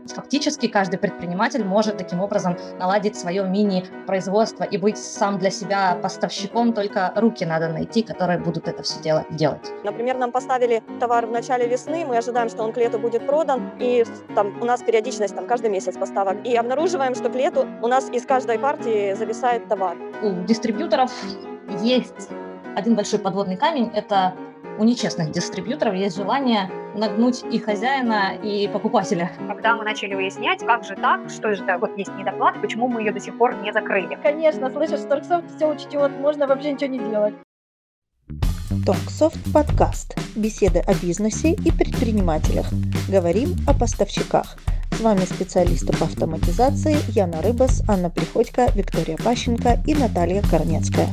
Фактически каждый предприниматель может таким образом наладить свое мини-производство и быть сам для себя поставщиком, только руки надо найти, которые будут это все делать. Например, нам поставили товар в начале весны, мы ожидаем, что он к лету будет продан, и там у нас периодичность каждый месяц поставок. И обнаруживаем, что к лету у нас из каждой партии зависает товар. У дистрибьюторов есть один большой подводный камень – это у нечестных дистрибьюторов есть желание нагнуть и хозяина, и покупателя. Когда мы начали выяснять, как же так, что же это, вот есть недоплата, почему мы ее до сих пор не закрыли. Конечно, слышишь, Торксофт все учтет, можно вообще ничего не делать. Торксофт подкаст. Беседы о бизнесе и предпринимателях. Говорим о поставщиках. С вами специалисты по автоматизации Яна Рыбас, Анна Приходько, Виктория Пащенко и Наталья Корнецкая.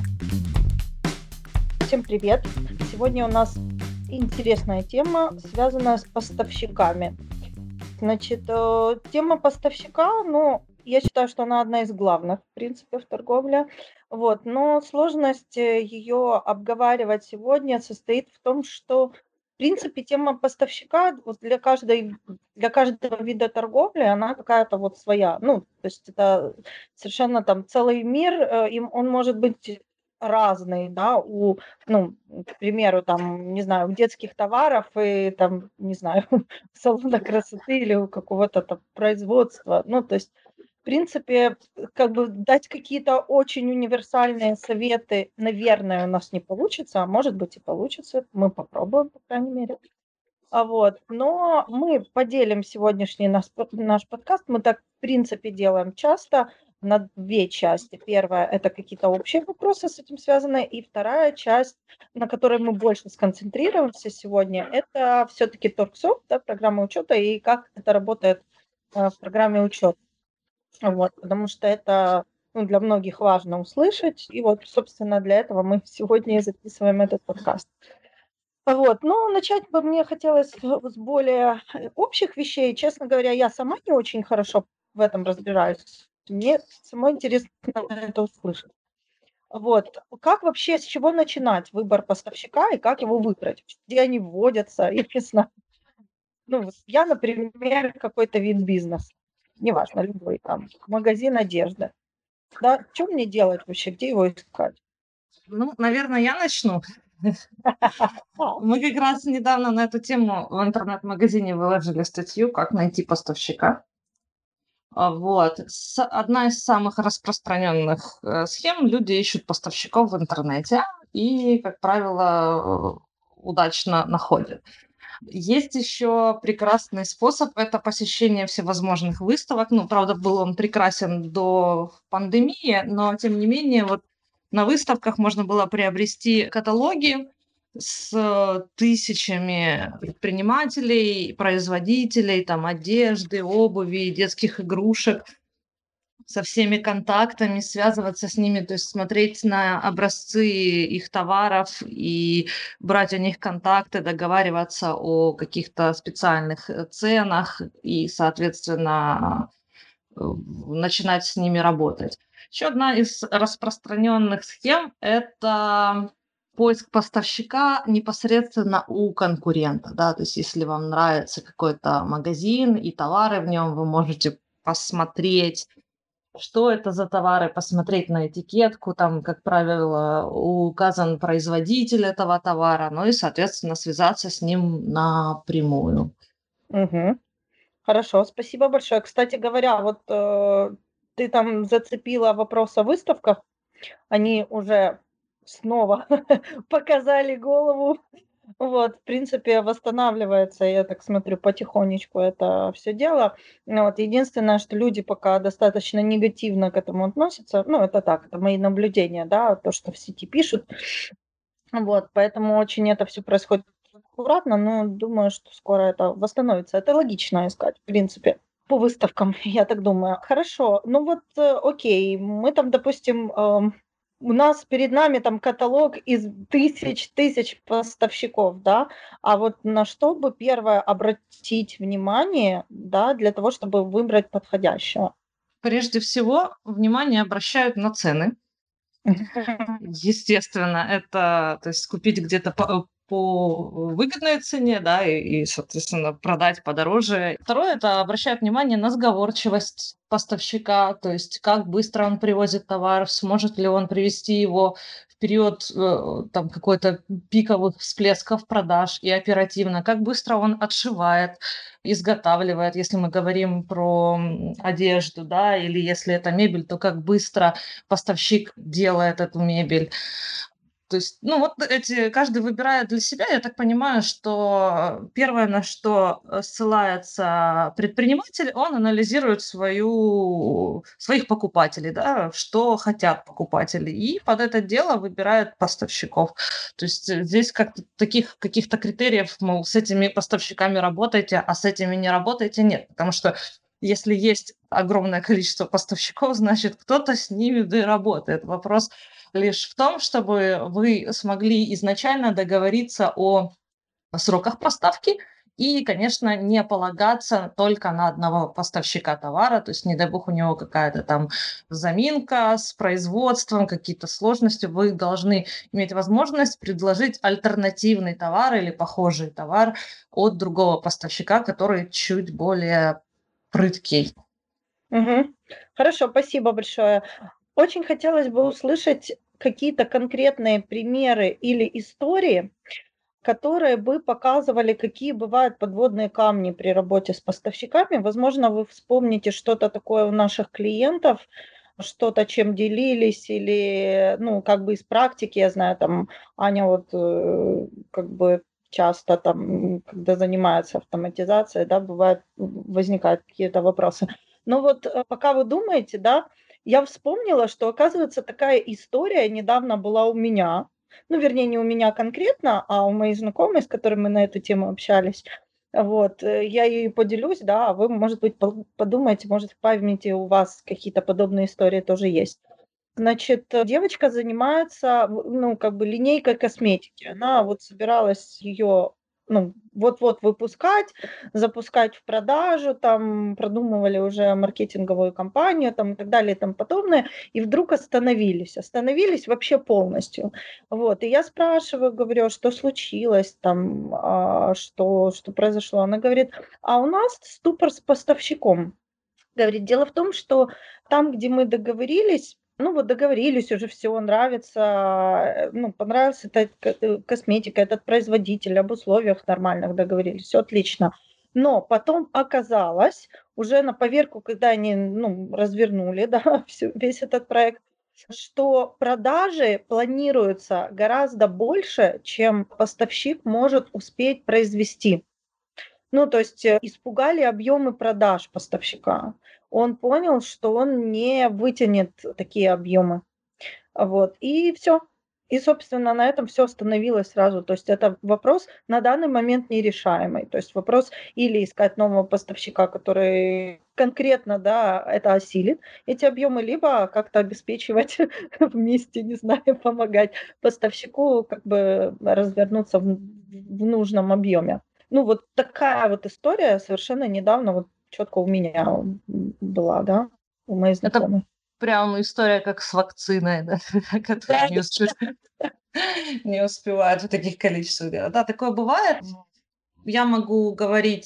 Всем привет! Сегодня у нас интересная тема, связанная с поставщиками. Значит, тема поставщика, я считаю, что она одна из главных, в принципе, в торговле. Но сложность ее обговаривать сегодня состоит в том, что, в принципе, тема поставщика для каждого вида торговли, она какая-то своя. То есть это совершенно целый мир, он может быть разный, да, к примеру, у детских товаров и салона красоты или у какого-то производства. То есть, в принципе, дать какие-то очень универсальные советы, наверное, у нас не получится, а может быть и получится. Мы попробуем, по крайней мере. Но мы поделим сегодняшний наш подкаст. Мы так, в принципе, делаем часто на две части. Первая – это какие-то общие вопросы с этим связаны. И вторая часть, на которой мы больше сконцентрируемся сегодня, это все-таки Торксофт, программа учета и как это работает в программе учета. Потому что это для многих важно услышать. И собственно, для этого мы сегодня и записываем этот подкаст. Но начать бы мне хотелось с более общих вещей. Честно говоря, я сама не очень хорошо в этом разбираюсь. Мне самой интересно это услышать. Как вообще, с чего начинать выбор поставщика и как его выбрать? Где они вводятся? Я не знаю. Я, например, какой-то вид бизнеса. Неважно, любой магазин одежды. Да, что мне делать вообще? Где его искать? Наверное, я начну. Мы как раз недавно на эту тему в интернет-магазине выложили статью «Как найти поставщика». Одна из самых распространенных схем – люди ищут поставщиков в интернете и, как правило, удачно находят. Есть еще прекрасный способ – это посещение всевозможных выставок. Правда, был он прекрасен до пандемии, но, тем не менее, на выставках можно было приобрести каталоги с тысячами предпринимателей, производителей, одежды, обуви, детских игрушек, со всеми контактами, связываться с ними, то есть смотреть на образцы их товаров и брать у них контакты, договариваться о каких-то специальных ценах и, соответственно, начинать с ними работать. Еще одна из распространенных схем – это поиск поставщика непосредственно у конкурента. Да? То есть если вам нравится какой-то магазин и товары в нем, вы можете посмотреть, что это за товары, посмотреть на этикетку, как правило, указан производитель этого товара, и, соответственно, связаться с ним напрямую. Угу. Хорошо, спасибо большое. Кстати говоря, ты зацепила вопрос о выставках. Они уже снова показали голову. В принципе, восстанавливается, я так смотрю, потихонечку это все дело. Единственное, что люди пока достаточно негативно к этому относятся. Это так, это мои наблюдения, да, то, что в сети пишут. Поэтому очень это все происходит аккуратно, но думаю, что скоро это восстановится. Это логично искать, в принципе, по выставкам, я так думаю. Хорошо, окей, мы допустим, у нас перед нами каталог из тысяч поставщиков, да, а на что бы первое обратить внимание, да, для того, чтобы выбрать подходящего? Прежде всего, внимание обращают на цены. Естественно, это, то есть купить где-то по выгодной цене, да, соответственно, продать подороже. Второе, это обращает внимание на сговорчивость поставщика, то есть как быстро он привозит товар, сможет ли он привести его в период там какой-то пиковых всплесков продаж и оперативно, как быстро он отшивает, изготавливает, если мы говорим про одежду, да, или если это мебель, то как быстро поставщик делает эту мебель. То есть, ну, вот каждый выбирает для себя. Я так понимаю, что первое, на что ссылается предприниматель, он анализирует своих покупателей, да, что хотят покупатели, и под это дело выбирает поставщиков. То есть здесь как-то таких каких-то критериев, мол, с этими поставщиками работайте, а с этими не работайте, нет. Потому что если есть огромное количество поставщиков, значит, кто-то с ними да и работает. Вопрос лишь в том, чтобы вы смогли изначально договориться о сроках поставки и, конечно, не полагаться только на одного поставщика товара, то есть, не дай бог, у него какая-то там заминка с производством, какие-то сложности, вы должны иметь возможность предложить альтернативный товар или похожий товар от другого поставщика, который чуть более прыткий. Мгм. Хорошо, спасибо большое. Очень хотелось бы услышать какие-то конкретные примеры или истории, которые бы показывали, какие бывают подводные камни при работе с поставщиками. Возможно, вы вспомните что-то такое у наших клиентов, что-то, чем делились, или, ну, как бы из практики, я знаю, там, Аня вот как бы часто там, когда занимается автоматизацией, да, бывает, возникают какие-то вопросы. Но вот пока вы думаете, да, я вспомнила, что, оказывается, такая история недавно была у меня. Ну, вернее, не у меня конкретно, а у моей знакомой, с которой мы на эту тему общались. Вот, я ею поделюсь, да, а вы, может быть, подумаете, может, в памяти у вас какие-то подобные истории тоже есть. Значит, девочка занимается, ну, как бы линейкой косметики. Она вот собиралась ее, ну, вот-вот выпускать, запускать в продажу, там продумывали уже маркетинговую кампанию, там и так далее и тому подобное, и вдруг остановились вообще полностью. Вот, и я спрашиваю, говорю: «А что случилось там, что произошло?» Она говорит: «А у нас ступор с поставщиком». Говорит: «Дело в том, что там, где мы договорились, ну вот договорились уже, все нравится, ну, понравился эта косметика, этот производитель, об условиях нормальных договорились, все отлично. Но потом оказалось, уже на поверку, когда они, ну, развернули, да, весь этот проект, что продажи планируются гораздо больше, чем поставщик может успеть произвести». Ну, то есть, испугали объемы продаж поставщика. Он понял, что он не вытянет такие объемы. Вот, и все. И, собственно, на этом все остановилось сразу. То есть это вопрос на данный момент нерешаемый. То есть вопрос или искать нового поставщика, который конкретно, да, это осилит, эти объемы, либо как-то обеспечивать вместе, не знаю, помогать поставщику как бы развернуться в нужном объеме. Ну, вот такая вот история совершенно недавно вот четко у меня была, да, у моей Это знакомой. прям история как с вакциной, да, которая не успевают в таких количествах делать. Да, такое бывает. Я могу говорить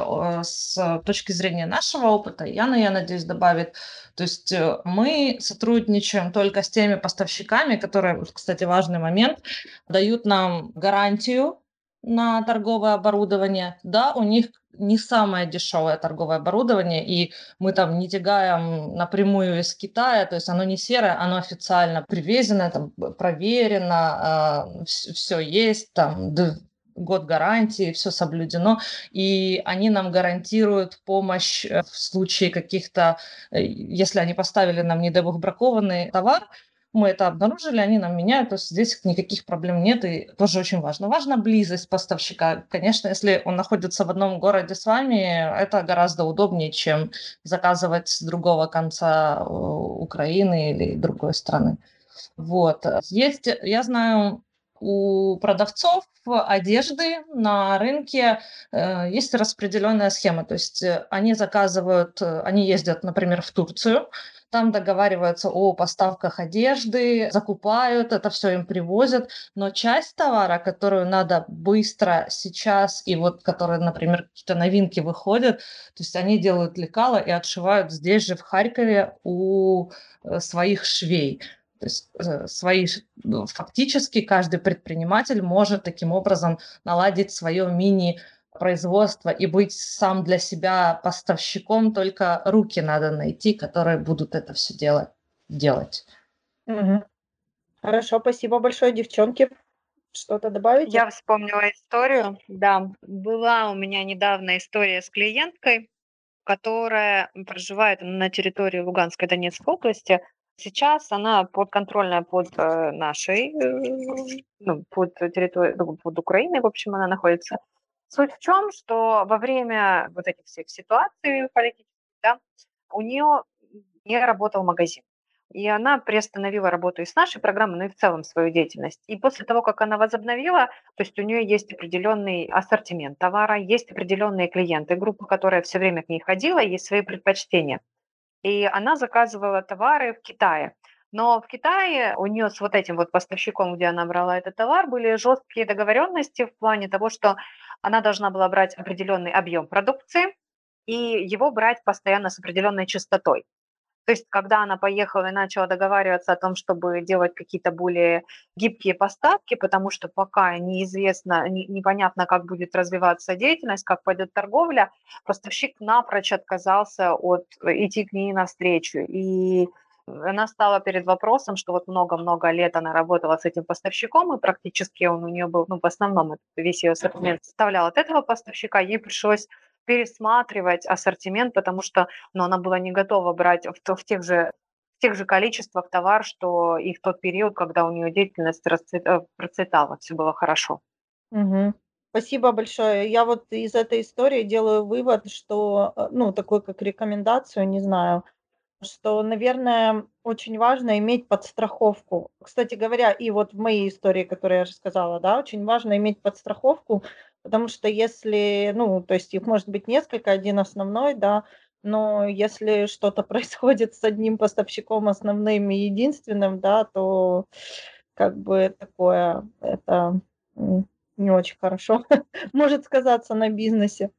с точки зрения нашего опыта, Яна, я надеюсь, добавит. То есть мы сотрудничаем только с теми поставщиками, которые, вот, кстати, важный момент, дают нам гарантию на торговое оборудование. Да, у них не самое дешевое торговое оборудование, и мы там не тягаем напрямую из Китая, то есть оно не серое, оно официально привезено, там, проверено, все есть, там, год гарантии, все соблюдено, и они нам гарантируют помощь в случае каких-то, если они поставили нам, не дай бог, бракованный товар, мы это обнаружили, они нам меняют, то есть здесь никаких проблем нет, и тоже очень важно. Важна близость поставщика. Конечно, если он находится в одном городе с вами, это гораздо удобнее, чем заказывать с другого конца Украины или другой страны. Вот. Есть, я знаю, У продавцов одежды на рынке есть распределенная схема. То есть они заказывают, они ездят, например, в Турцию, там договариваются о поставках одежды, закупают, это все им привозят, но часть товара, которую надо быстро сейчас, и вот которые, например, какие-то новинки выходят, то есть они делают лекала и отшивают здесь же, в Харькове, у своих швей. То есть фактически каждый предприниматель может таким образом наладить свое мини-производство и быть сам для себя поставщиком, только руки надо найти, которые будут это все делать. Мгм. Хорошо, спасибо большое, девчонки. Что-то добавите? Я вспомнила историю, да. Была у меня недавно история с клиенткой, которая проживает на территории Луганской, Донецкой области. Сейчас она подконтрольная под нашей, ну, под территорией, ну, под Украиной, в общем, она находится. Суть в чем, что во время вот этих всех ситуаций политических, да, у нее не работал магазин. И она приостановила работу и с нашей программы, но и в целом свою деятельность. И после того, как она возобновила, то есть у нее есть определенный ассортимент товара, есть определенные клиенты, группа, которая все время к ней ходила, есть свои предпочтения. И она заказывала товары в Китае. Но в Китае у нее с вот этим вот поставщиком, где она брала этот товар, были жесткие договоренности в плане того, что она должна была брать определенный объем продукции и его брать постоянно с определенной частотой. То есть, когда она поехала и начала договариваться о том, чтобы делать какие-то более гибкие поставки, потому что пока неизвестно, непонятно, как будет развиваться деятельность, как пойдет торговля, поставщик напрочь отказался от идти к ней навстречу. И она стала перед вопросом, что вот много-много лет она работала с этим поставщиком, и практически он у нее был, ну, в основном весь ее ассортимент составлял от этого поставщика, ей пришлось пересматривать ассортимент, потому что она была не готова брать в тех же количествах товар, что и в тот период, когда у нее деятельность процветала, все было хорошо. Мгм. Спасибо большое. Я вот из этой истории делаю вывод, что, ну, такой как рекомендацию, не знаю, что, наверное, очень важно иметь подстраховку. Кстати говоря, и вот в моей истории, которую я рассказала, да, очень важно иметь подстраховку, потому что если, ну, то есть их может быть несколько, один основной, да, но если что-то происходит с одним поставщиком основным и единственным, да, то как бы такое, это не очень хорошо может сказаться на бизнесе.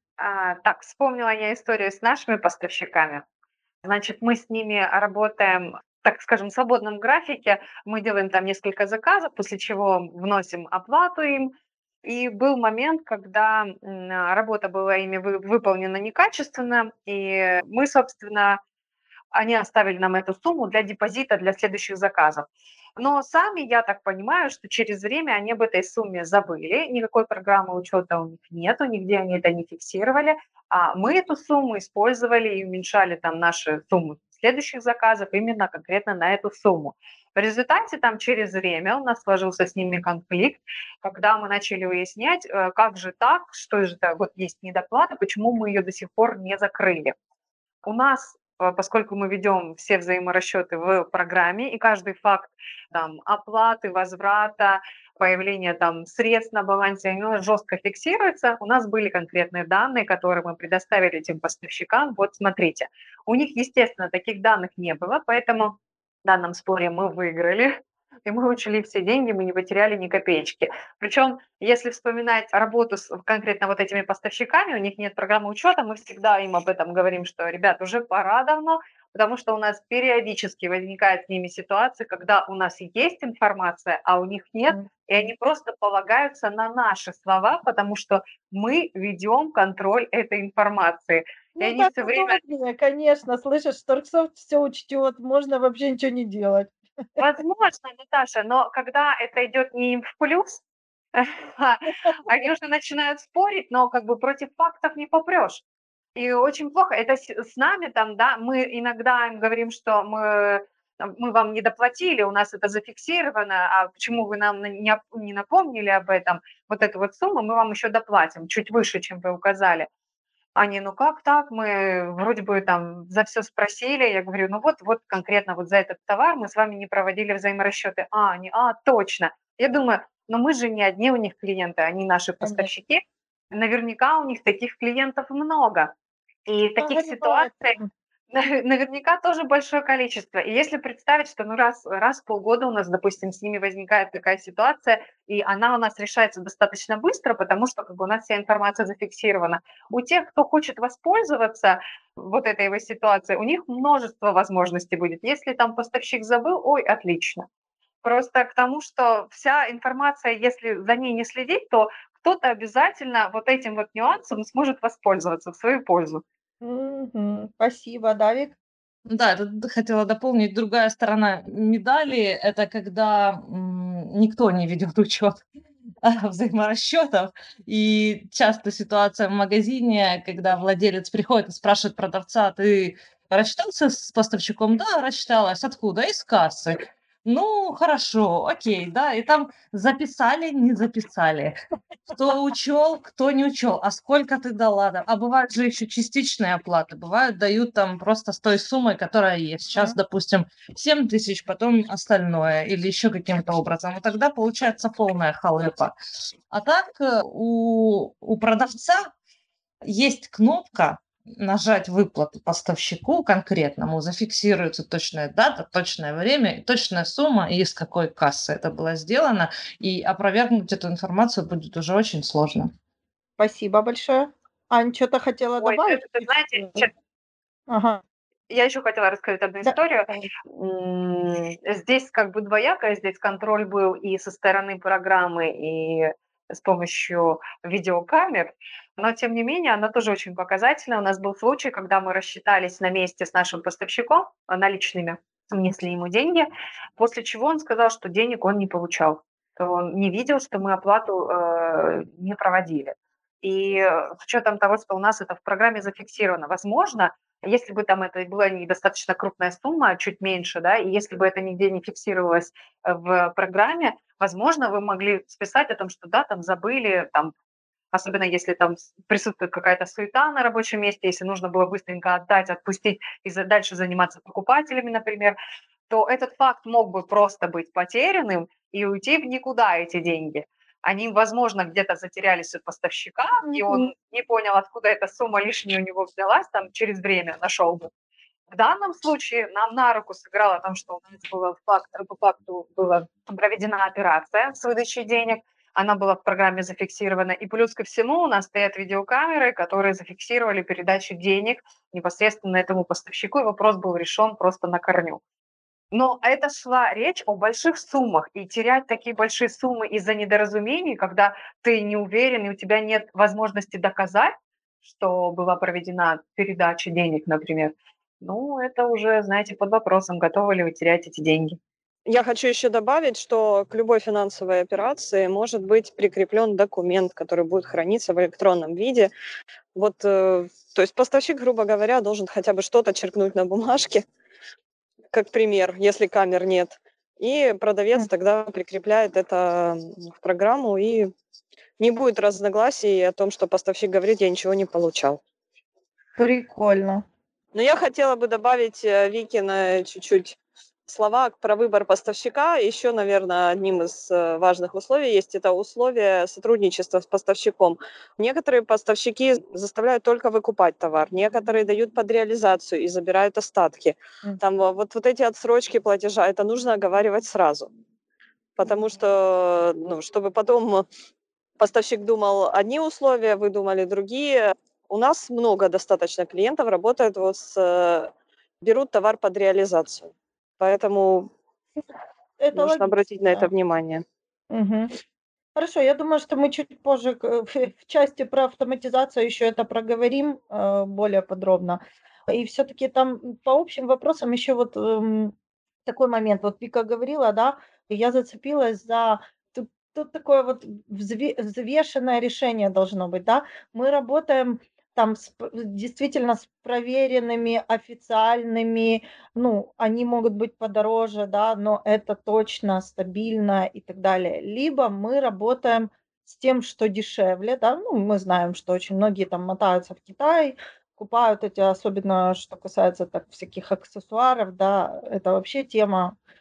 Так, вспомнила я историю с нашими поставщиками. Значит, мы с ними работаем, так скажем, в свободном графике. Мы делаем там несколько заказов, после чего вносим оплату им. И был момент, когда работа была ими выполнена некачественно, и мы, собственно, они оставили нам эту сумму для депозита для следующих заказов. Но сами, я так понимаю, что через время они об этой сумме забыли, никакой программы учета у них нету, нигде они это не фиксировали, а мы эту сумму использовали и уменьшали там наши суммы следующих заказов именно конкретно на эту сумму. В результате там через время у нас сложился с ними конфликт, когда мы начали выяснять, как же так, что же это, вот есть недоплата, почему мы ее до сих пор не закрыли. У нас, поскольку мы ведем все взаиморасчеты в программе, и каждый факт там, оплаты, возврата, появления там, средств на балансе, они жестко фиксируется. У нас были конкретные данные, которые мы предоставили этим поставщикам. Вот смотрите, у них, естественно, таких данных не было, поэтому в данном споре мы выиграли, и мы учли все деньги, мы не потеряли ни копеечки. Причем, если вспоминать работу с конкретно вот этими поставщиками, у них нет программы учета, мы всегда им об этом говорим, что, ребят, уже пора давно, потому что у нас периодически возникают с ними ситуации, когда у нас есть информация, а у них нет, и они просто полагаются на наши слова, потому что мы ведем контроль этой информации. И Ну, они так все время удобнее, конечно. Слышишь, Торксофт все учтет, можно вообще ничего не делать. возможно, Наташа, но когда это идет не им в плюс, они уже начинают спорить, но как бы против фактов не попрешь. И очень плохо. Это с нами там, да, мы иногда им говорим, что мы вам не доплатили, у нас это зафиксировано, а почему вы нам не напомнили об этом, вот эту вот сумму мы вам еще доплатим, чуть выше, чем вы указали. Они: "Ну как так? Мы вроде бы там за все спросили". Я говорю: "Ну вот конкретно вот за этот товар мы с вами не проводили взаиморасчеты". Они: "А, точно". Я думаю, но мы же не одни у них клиенты, они наши Конечно. поставщики. Наверняка у них таких клиентов много. И таких Понимаю. ситуаций наверняка тоже большое количество. И если представить, что раз в полгода у нас, допустим, с ними возникает такая ситуация, и она у нас решается достаточно быстро, потому что как бы у нас вся информация зафиксирована. У тех, кто хочет воспользоваться вот этой его ситуацией, у них множество возможностей будет. Если там поставщик забыл, ой, отлично. Просто к тому, что вся информация, если за ней не следить, то кто-то обязательно вот этим вот нюансом сможет воспользоваться в свою пользу. Мгм. Спасибо, Давик. Да, это хотела дополнить. Другая сторона медали — это когда никто не ведет учет взаиморасчетов. И часто ситуация в магазине, когда владелец приходит и спрашивает продавца: ты рассчитался с поставщиком? Да, рассчиталась. Откуда? Из кассы. Ну, хорошо, окей, да. И там записали, не записали. Кто учел, кто не учел, а сколько ты дала там. А бывают же еще частичные оплаты, бывают дают там просто с той суммой, которая есть. Сейчас, допустим, 7 тысяч, потом остальное или еще каким-то образом. И тогда получается полная халепа. А так у продавца есть кнопка нажать выплату поставщику конкретному, зафиксируется точная дата, точное время, и точная сумма, и из какой кассы это было сделано, и опровергнуть эту информацию будет уже очень сложно. Спасибо большое. Ань, что-то хотела Ой, добавить? это, знаете, Ага. я еще хотела рассказать одну Да. историю. Здесь как бы двояко, здесь контроль был и со стороны программы, и с помощью видеокамер, но тем не менее она тоже очень показательная. У нас был случай, когда мы рассчитались на месте с нашим поставщиком наличными, внесли ему деньги, после чего он сказал, что денег он не получал, то он не видел, что мы оплату не проводили. И с учетом того, что у нас это в программе зафиксировано, возможно, если бы там это была недостаточно крупная сумма, чуть меньше, да, и если бы это нигде не фиксировалось в программе, возможно, вы могли списать о том, что да, там забыли, там, особенно если там присутствует какая-то суета на рабочем месте, если нужно было быстренько отдать, отпустить и дальше заниматься покупателями, например, то этот факт мог бы просто быть потерянным и уйти в никуда эти деньги. Они, возможно, где-то затерялись у поставщика, и он не понял, откуда эта сумма лишняя у него взялась, там через время нашел бы. В данном случае нам на руку сыграло о том, что у нас было по факту была проведена операция с выдачей денег, она была в программе зафиксирована, и плюс ко всему у нас стоят видеокамеры, которые зафиксировали передачу денег непосредственно этому поставщику, и вопрос был решен просто на корню. Но это шла речь о больших суммах, и терять такие большие суммы из-за недоразумений, когда ты не уверен и у тебя нет возможности доказать, что была проведена передача денег, например, ну, это уже, знаете, под вопросом, готовы ли вы терять эти деньги. Я хочу еще добавить, что к любой финансовой операции может быть прикреплен документ, который будет храниться в электронном виде. Вот, то есть поставщик, грубо говоря, должен хотя бы что-то черкнуть на бумажке, как пример, если камер нет. И продавец тогда прикрепляет это в программу, и не будет разногласий о том, что поставщик говорит, я ничего не получал. Прикольно. Но я хотела бы добавить, Вике, чуть-чуть слова про выбор поставщика. Еще, наверное, одним из важных условий есть это условие сотрудничества с поставщиком. Некоторые поставщики заставляют только выкупать товар, некоторые дают под реализацию и забирают остатки. Там вот эти отсрочки платежа, это нужно оговаривать сразу. Потому что, чтобы потом поставщик думал одни условия, вы думали другие. У нас много достаточно клиентов работает берут товар под реализацию. Поэтому Это нужно обратить на это логично. внимание. Мгм. Хорошо, я думаю, что мы чуть позже в части про автоматизацию еще это проговорим более подробно. И все-таки там по общим вопросам еще вот такой момент. Вот Вика говорила, да, и я зацепилась за тут такое вот взвешенное решение должно быть, да. Мы работаем там действительно с проверенными, официальными, ну, они могут быть подороже, да, но это точно стабильно и так далее. Либо мы работаем с тем, что дешевле, да, ну, мы знаем, что очень многие там мотаются в Китай, покупают эти, особенно что касается так всяких аксессуаров, да, это вообще тема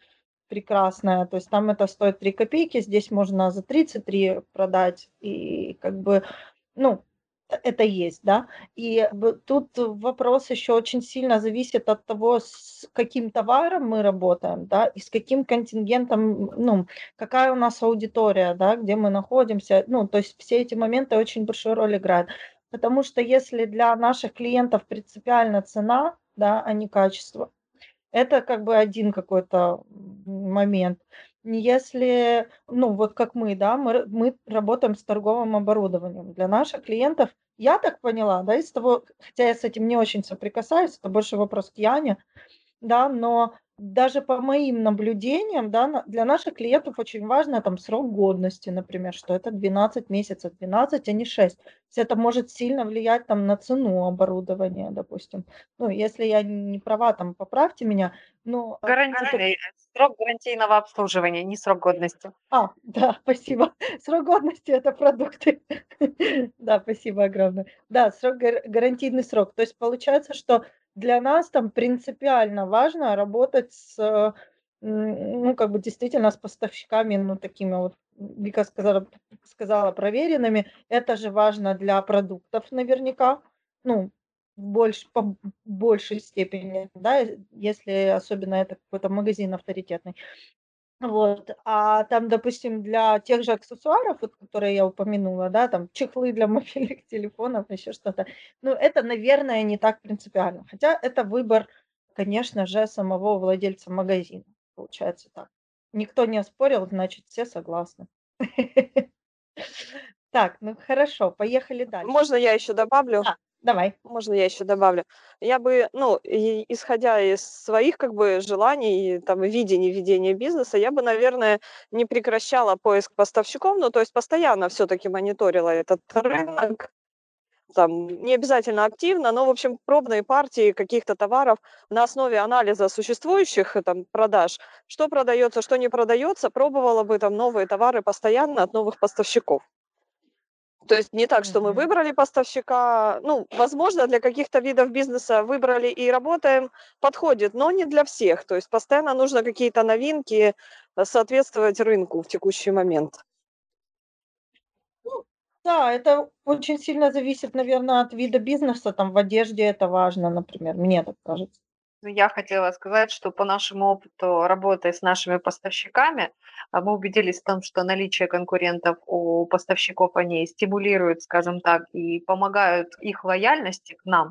прекрасная, то есть там это стоит 3 копейки, здесь можно за 33 продать, и как бы, ну, это есть, да. И тут вопрос еще очень сильно зависит от того, с каким товаром мы работаем, да, и с каким контингентом, ну, какая у нас аудитория, да, где мы находимся. Ну, то есть все эти моменты очень большую роль играют. Потому что если для наших клиентов принципиально цена, да, а не качество, это как бы один какой-то момент. Если, ну, вот как мы, да, мы работаем с торговым оборудованием. Для наших клиентов, я так поняла, да, из того, хотя я с этим не очень соприкасаюсь, это больше вопрос к Яне, да, но даже по моим наблюдениям, да, для наших клиентов очень важно там срок годности, например, что это 12 месяцев, 12, а не 6. То есть это может сильно влиять там на цену оборудования, допустим. Ну, если я не права, там поправьте меня, но Гарантийный, срок гарантийного обслуживания, не срок годности. да, спасибо. Срок годности это продукты. Да, спасибо огромное. Да, срок гарантийный срок. То есть получается, что для нас там принципиально важно работать с, ну, как бы действительно с поставщиками, ну, такими вот, Вика сказала проверенными. Это же важно для продуктов наверняка, ну, по большей степени, да, если особенно это какой-то магазин авторитетный. Вот, а там, допустим, для тех же аксессуаров, вот которые я упомянула, да, там чехлы для мобильных телефонов, еще что-то, ну, это, наверное, не так принципиально. Хотя это выбор, конечно же, самого владельца магазина, получается так. Никто не оспорил, значит, все согласны. Так, ну хорошо, поехали дальше. Можно я еще добавлю? Да, давай. Можно я еще добавлю? Я бы, ну, исходя из своих как бы желаний, там, и видений ведения бизнеса, я бы, наверное, не прекращала поиск поставщиков, ну, то есть постоянно все-таки мониторила этот рынок, там, не обязательно активно, но, в общем, пробные партии каких-то товаров на основе анализа существующих там продаж, что продается, что не продается, пробовала бы там новые товары постоянно от новых поставщиков. То есть не так, что мы выбрали поставщика, ну, возможно, для каких-то видов бизнеса выбрали и работаем, подходит, но не для всех. То есть постоянно нужно какие-то новинки соответствовать рынку в текущий момент. Да, это очень сильно зависит, наверное, от вида бизнеса. Там в одежде это важно, например, мне так кажется. Я хотела сказать, что по нашему опыту работы с нашими поставщиками, мы убедились в том, что наличие конкурентов у поставщиков, они стимулируют, скажем так, и помогают их лояльности к нам,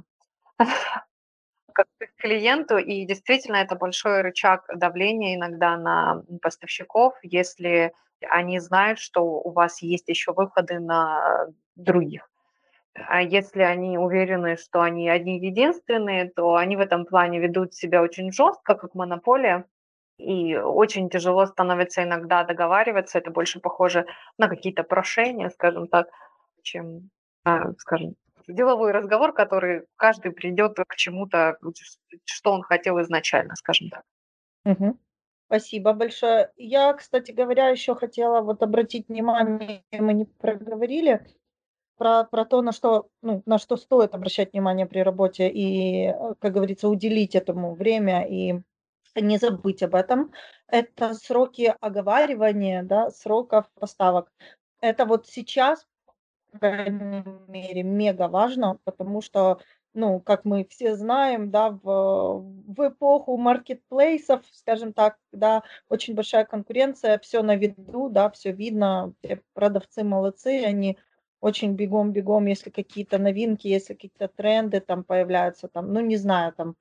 как к клиенту. И действительно, это большой рычаг давления иногда на поставщиков, если они знают, что у вас есть еще выходы на других. А если они уверены, что они одни единственные, то они в этом плане ведут себя очень жестко, как монополия, и очень тяжело становится иногда договариваться. Это больше похоже на какие-то прошения, скажем так, чем, скажем, деловой разговор, который каждый придет к чему-то, что он хотел изначально, скажем так. Мгм. Спасибо большое. Я, кстати говоря, еще хотела вот обратить внимание, мы не проговорили, про то, на что, ну, на что стоит обращать внимание при работе и, как говорится, уделить этому время и не забыть об этом. Это сроки оговаривания, да, сроков поставок. Это вот сейчас, по крайней мере, мега важно, потому что, ну, как мы все знаем, да, в эпоху маркетплейсов, скажем так, да, очень большая конкуренция, все на виду, да, все видно, все продавцы молодцы, они очень бегом-бегом, если какие-то новинки, если какие-то тренды там появляются, там, ну, не знаю, там,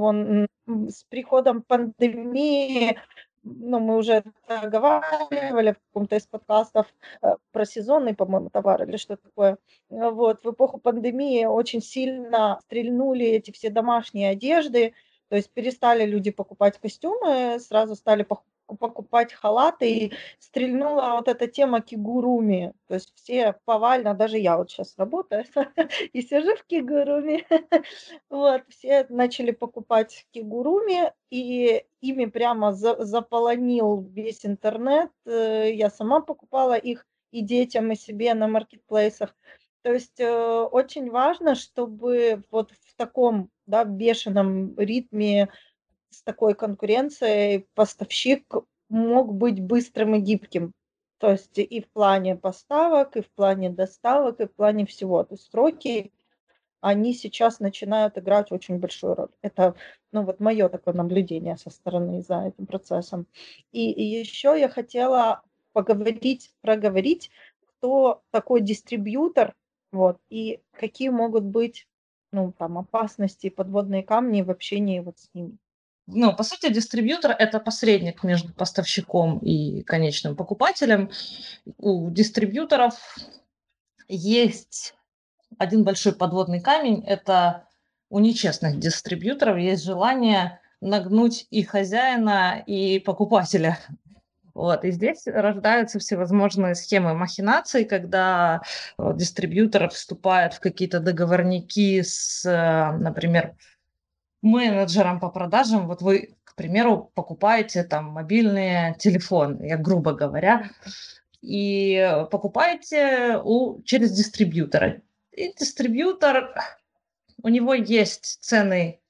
с приходом пандемии, ну, мы уже это оговаривали в каком-то из подкастов, про сезонный, по-моему, товар или что такое. Вот, в эпоху пандемии очень сильно стрельнули эти все домашние одежды, то есть перестали люди покупать костюмы, сразу стали покупать халаты, и стрельнула вот эта тема кигуруми. То есть все повально, даже я вот сейчас работаю и сижу в кигуруми, вот, все начали покупать кигуруми, и ими прямо заполонил весь интернет. Я сама покупала их и детям, и себе на маркетплейсах. То есть, очень важно, чтобы вот в таком, да, бешеном ритме, с такой конкуренцией поставщик мог быть быстрым и гибким. То есть и в плане поставок, и в плане доставок, и в плане всего. То есть сроки, они сейчас начинают играть очень большую роль. Это, ну, вот мое такое наблюдение со стороны за этим процессом. И еще я хотела проговорить, кто такой дистрибьютор, вот, и какие могут быть, ну, там, опасности и подводные камни в общении вот с ними. Ну, по сути, дистрибьютор – это посредник между поставщиком и конечным покупателем. У дистрибьюторов есть один большой подводный камень – это у нечестных дистрибьюторов есть желание нагнуть и хозяина, и покупателя. Вот. И здесь рождаются всевозможные схемы махинаций, когда дистрибьютор вступает в какие-то договорники с, например, менеджером по продажам. Вот вы, к примеру, покупаете там мобильные телефоны, я грубо говоря, и покупаете через дистрибьютора. И дистрибьютор, у него есть цены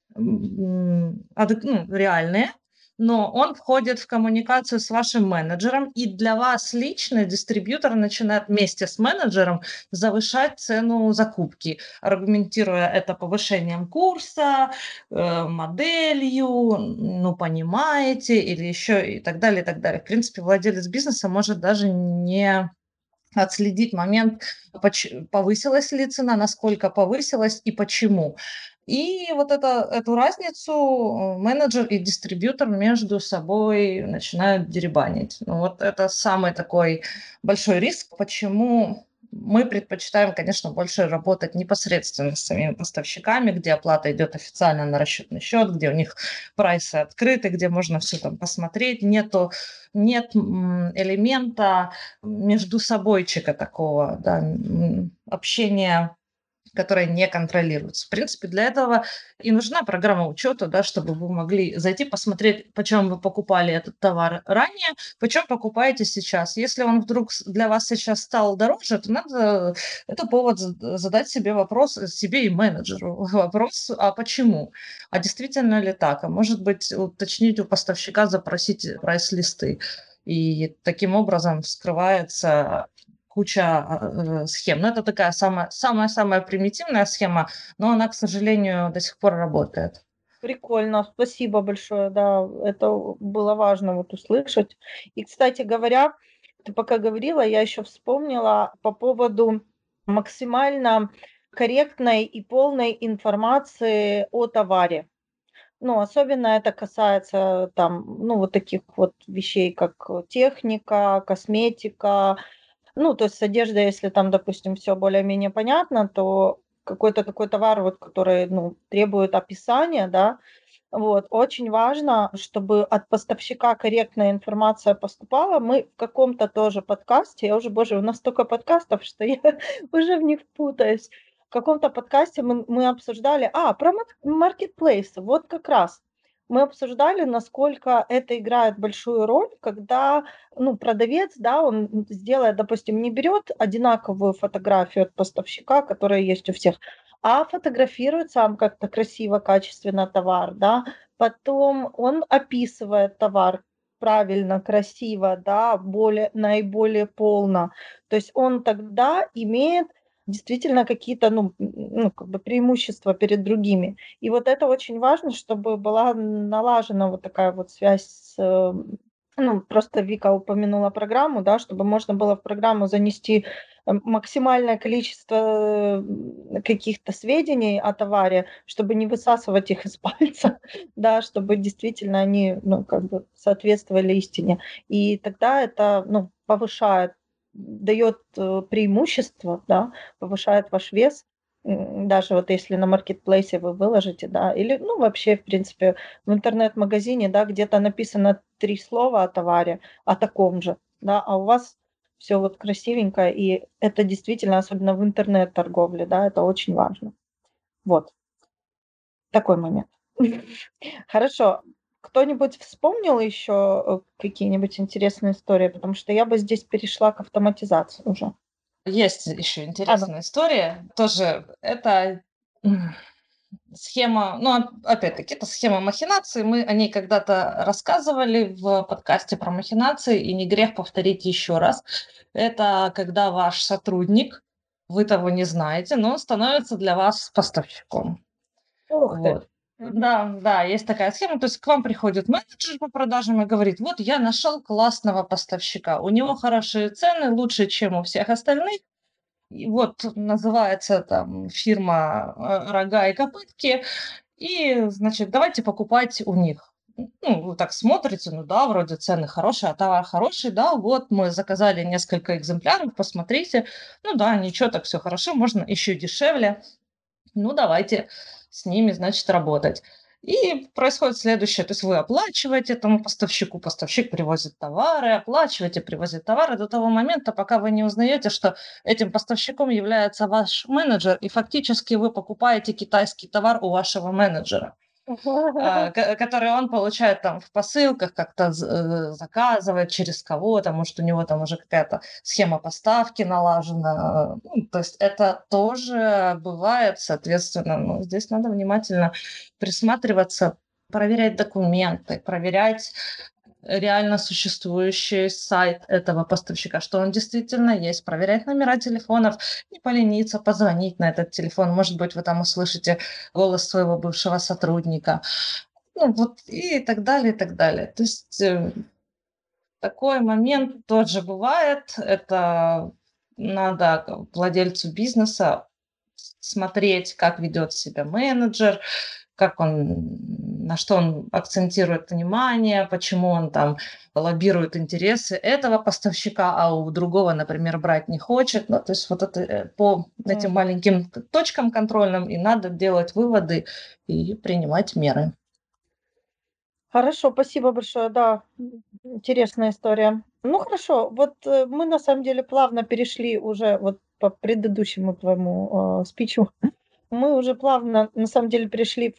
реальные, но он входит в коммуникацию с вашим менеджером, и для вас лично дистрибьютор начинает вместе с менеджером завышать цену закупки, аргументируя это повышением курса, моделью, ну, понимаете, или еще и так далее, и так далее. В принципе, владелец бизнеса может даже не отследить момент, повысилась ли цена, насколько повысилась и почему. И вот эту разницу менеджер и дистрибьютор между собой начинают деребанить. Ну, вот это самый такой большой риск, почему мы предпочитаем, конечно, больше работать непосредственно с самими поставщиками, где оплата идет официально на расчетный счет, где у них прайсы открыты, где можно все там посмотреть. Нет элемента между собойчика такого, да, общения, которое не контролируется. В принципе, для этого и нужна программа учета, да, чтобы вы могли зайти, посмотреть, почем вы покупали этот товар ранее, почем покупаете сейчас. Если он вдруг для вас сейчас стал дороже, то надо, это повод задать себе вопрос, себе и менеджеру вопрос, а почему? А действительно ли так? А может быть, уточнить у поставщика, запросить прайс-листы. И таким образом вскрывается куча схем. Но это такая самая примитивная схема, но она, к сожалению, до сих пор работает. Прикольно, спасибо большое, да, это было важно вот услышать. И, кстати говоря, ты пока говорила, я еще вспомнила по поводу максимально корректной и полной информации о товаре. Ну, особенно это касается там, ну, вот таких вот вещей, как техника, косметика. Ну, то есть с одеждой, если там, допустим, все более-менее понятно, то какой-то такой товар, вот, который, ну, требует описания, да, вот, очень важно, чтобы от поставщика корректная информация поступала. Мы в каком-то тоже подкасте, я уже, боже, у нас столько подкастов, что я уже в них путаюсь. В каком-то подкасте мы обсуждали, про маркетплейсы, вот как раз. Мы обсуждали, насколько это играет большую роль, когда, ну, продавец, да, он сделает, допустим, не берет одинаковую фотографию от поставщика, которая есть у всех, а фотографирует сам как-то красиво, качественно товар, да. Потом он описывает товар правильно, красиво, да, наиболее полно. То есть он тогда имеет действительно какие-то, ну, как бы преимущества перед другими. И вот это очень важно, чтобы была налажена вот такая вот связь с, ну, просто Вика упомянула программу, да, чтобы можно было в программу занести максимальное количество каких-то сведений о товаре, чтобы не высасывать их из пальца, да, чтобы действительно они, ну, как бы соответствовали истине. И тогда это, ну, повышает, дает преимущество, да, повышает ваш вес, даже вот если на маркетплейсе вы выложите, да, или, ну, вообще, в принципе, в интернет-магазине, да, где-то написано 3 слова о товаре, о таком же, да, а у вас все вот красивенько, и это действительно, особенно в интернет-торговле, да, это очень важно. Вот. Такой момент. Хорошо. Кто-нибудь вспомнил еще какие-нибудь интересные истории? Потому что я бы здесь перешла к автоматизации уже. Есть еще интересная история. Тоже это схема, ну, опять-таки, это схема махинаций. Мы о ней когда-то рассказывали в подкасте про махинации, и не грех повторить еще раз. Это когда ваш сотрудник, вы того не знаете, но он становится для вас поставщиком. Ух ты. Вот. Да, есть такая схема. То есть к вам приходит менеджер по продажам и говорит: вот я нашел классного поставщика, у него хорошие цены, лучше, чем у всех остальных. И вот называется там фирма «Рога и копытки», и, значит, давайте покупать у них. Ну, вы так смотрите, ну да, вроде цены хорошие, а товар хороший, да, вот мы заказали несколько экземпляров, посмотрите, ну да, ничего, так все хорошо, можно еще дешевле, ну давайте с ними, значит, работать. И происходит следующее, то есть вы оплачиваете этому поставщику, поставщик привозит товары, оплачиваете, привозит товары до того момента, пока вы не узнаете, что этим поставщиком является ваш менеджер, и фактически вы покупаете китайский товар у вашего менеджера, который он получает там в посылках, как-то заказывает через кого-то, может, у него там уже какая-то схема поставки налажена. Ну, то есть это тоже бывает, соответственно, ну, здесь надо внимательно присматриваться, проверять документы, проверять реально существующий сайт этого поставщика, что он действительно есть, проверять номера телефонов, не полениться, позвонить на этот телефон. Может быть, вы там услышите голос своего бывшего сотрудника. Ну, вот и так далее, и так далее. То есть такой момент тоже бывает. Это надо владельцу бизнеса смотреть, как ведет себя менеджер, как он, на что он акцентирует внимание, почему он там лоббирует интересы этого поставщика, а у другого, например, брать не хочет. Ну, то есть вот это по этим маленьким точкам контрольным и надо делать выводы и принимать меры. Хорошо, спасибо большое, да, интересная история. Ну хорошо, вот мы на самом деле плавно перешли уже вот по предыдущему твоему спичу. Мы уже плавно на самом деле перешли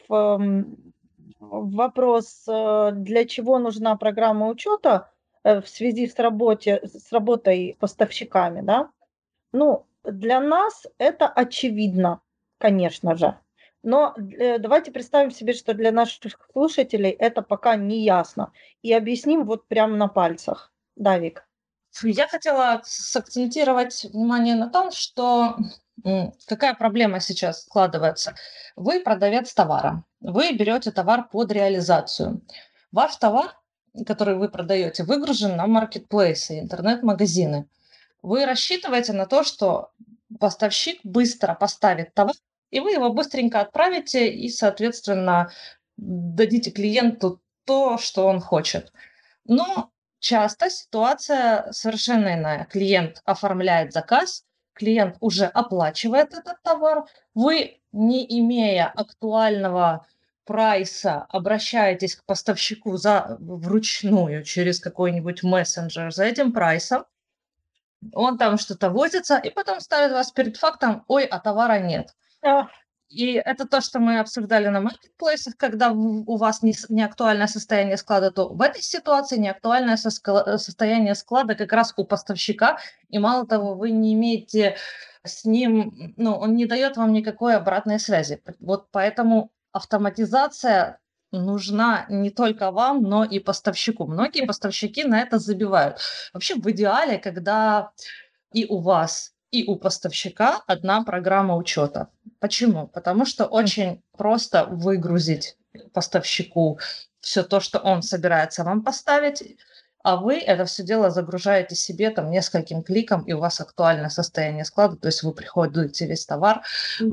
в вопрос, для чего нужна программа учета в связи с работой поставщиками, да? Ну, для нас это очевидно, конечно же. Но давайте представим себе, что для наших слушателей это пока не ясно. И объясним вот прямо на пальцах. Да, Вик? Я хотела сакцентировать внимание на том, что какая проблема сейчас складывается. Вы продавец товара, вы берете товар под реализацию. Ваш товар, который вы продаете, выгружен на маркетплейсы, интернет-магазины. Вы рассчитываете на то, что поставщик быстро поставит товар, и вы его быстренько отправите и, соответственно, дадите клиенту то, что он хочет. Но часто ситуация совершенно иная. Клиент оформляет заказ, клиент уже оплачивает этот товар, вы, не имея актуального прайса, обращаетесь к поставщику вручную через какой-нибудь мессенджер за этим прайсом, он там что-то возится, и потом ставит вас перед фактом: ой, а товара нет. И это то, что мы обсуждали на маркетплейсах, когда у вас не актуальное состояние склада, то в этой ситуации неактуальное состояние склада как раз у поставщика, и мало того, вы не имеете с ним, ну, он не дает вам никакой обратной связи. Вот поэтому автоматизация нужна не только вам, но и поставщику. Многие поставщики на это забивают. Вообще в идеале, когда и у вас, и у поставщика одна программа учета. Почему? Потому что очень просто выгрузить поставщику все то, что он собирается вам поставить, а вы это все дело загружаете себе там нескольким кликом, и у вас актуальное состояние склада, то есть вы приходите весь товар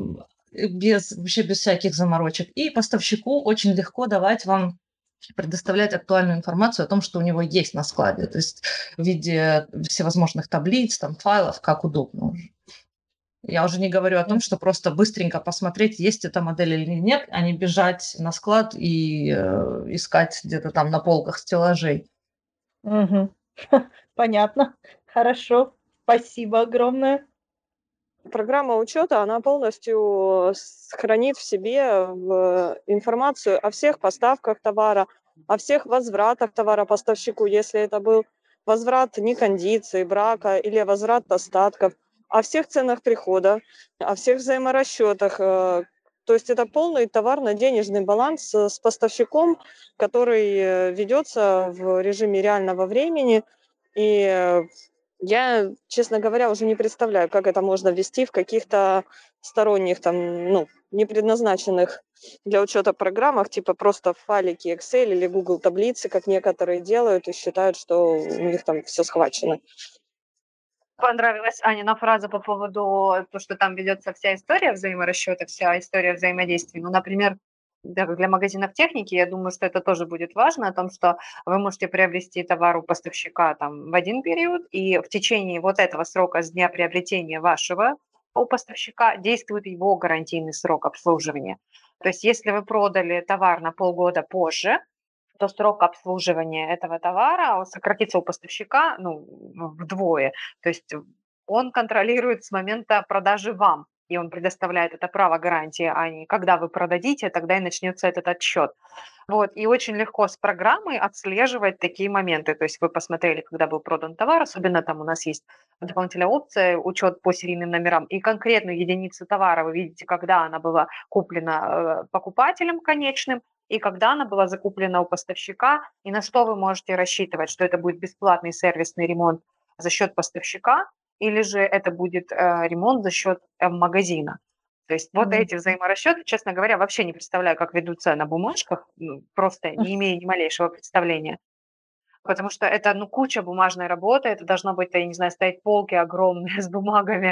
вообще без всяких заморочек. И поставщику очень легко давать вам предоставлять актуальную информацию о том, что у него есть на складе, то есть в виде всевозможных таблиц, там, файлов, как удобно уже. Я уже не говорю о том, что просто быстренько посмотреть, есть эта модель или нет, а не бежать на склад и искать где-то там на полках стеллажей. Понятно. Хорошо. Спасибо огромное. Программа учета, она полностью хранит в себе информацию о всех поставках товара, о всех возвратах товара поставщику, если это был возврат некондиции, брака или возврат остатков, о всех ценах прихода, о всех взаиморасчетах, То есть это полный товарно-денежный баланс с поставщиком, который ведется в режиме реального времени. И я, честно говоря, уже не представляю, как это можно ввести в каких-то сторонних, там, ну, не предназначенных для учета программах, типа просто файлики Excel или Google таблицы, как некоторые делают и считают, что у них там все схвачено. Понравилась Анина фраза по поводу того, что там ведется вся история взаиморасчета, вся история взаимодействий. Ну, например, для магазинов техники, я думаю, что это тоже будет важно, о том, что вы можете приобрести товар у поставщика там в один период, и в течение вот этого срока с дня приобретения вашего у поставщика действует его гарантийный срок обслуживания. То есть если вы продали товар на полгода позже, то срок обслуживания этого товара сократится у поставщика, ну, вдвое. То есть он контролирует с момента продажи вам, и он предоставляет это право гарантии, а не когда вы продадите, тогда и начнется этот отсчет. Вот, и очень легко с программой отслеживать такие моменты. То есть вы посмотрели, когда был продан товар, особенно там у нас есть дополнительная опция, учет по серийным номерам, и конкретную единицу товара вы видите, когда она была куплена покупателем конечным, и когда она была закуплена у поставщика, и на что вы можете рассчитывать, что это будет бесплатный сервисный ремонт за счет поставщика, или же это будет ремонт за счет магазина. То есть вот эти взаиморасчеты, честно говоря, вообще не представляю, как ведутся на бумажках, просто не имею ни малейшего представления. Потому что это, ну, куча бумажной работы, это должно быть, я не знаю, стоять полки огромные с бумагами,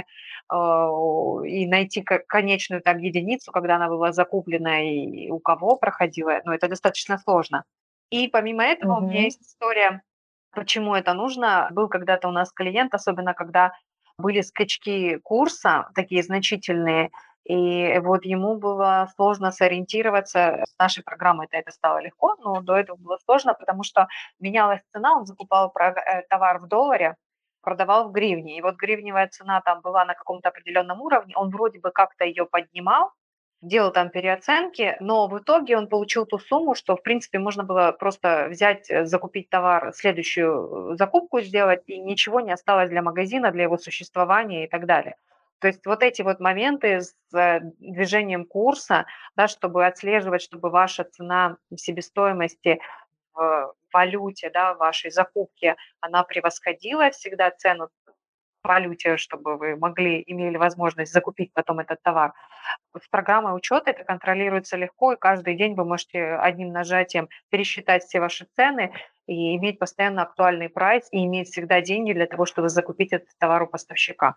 и найти конечную там единицу, когда она была закуплена и у кого проходила, ну, это достаточно сложно. И помимо этого у меня есть история, почему это нужно. Был когда-то у нас клиент, особенно когда были скачки курса, такие значительные, и вот ему было сложно сориентироваться. С нашей программой это стало легко, но до этого было сложно, потому что менялась цена, он закупал товар в долларе, продавал в гривне. И вот гривневая цена там была на каком-то определенном уровне, он вроде бы как-то ее поднимал, делал там переоценки, но в итоге он получил ту сумму, что, в принципе, можно было просто взять, закупить товар, следующую закупку сделать, и ничего не осталось для магазина, для его существования и так далее. То есть вот эти вот моменты с движением курса, да, чтобы отслеживать, чтобы ваша цена себестоимости в валюте, да, вашей закупки, она превосходила всегда цену в валюте, чтобы вы имели возможность закупить потом этот товар. С программой учета это контролируется легко, и каждый день вы можете одним нажатием пересчитать все ваши цены и иметь постоянно актуальный прайс, и иметь всегда деньги для того, чтобы закупить этот товар у поставщика.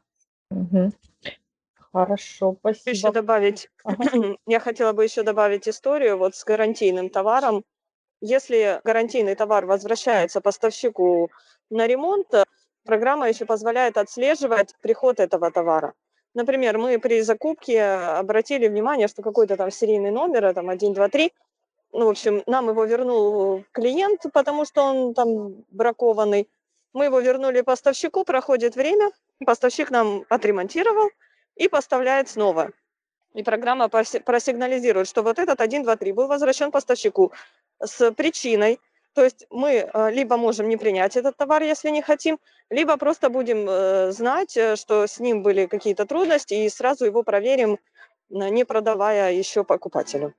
Хорошо, Еще спасибо. добавить, я хотела бы еще добавить историю вот с гарантийным товаром. Если гарантийный товар возвращается поставщику на ремонт, программа еще позволяет отслеживать приход этого товара. Например, мы при закупке обратили внимание, что какой-то там серийный номер, там 1, 2, 3, ну, в общем, нам его вернул клиент, потому что он там бракованный. Мы его вернули поставщику, проходит время, поставщик нам отремонтировал и поставляет снова. И программа просигнализирует, что вот этот 1, 2, 3 был возвращен поставщику с причиной. То есть мы либо можем не принять этот товар, если не хотим, либо просто будем знать, что с ним были какие-то трудности, и сразу его проверим, не продавая еще покупателю.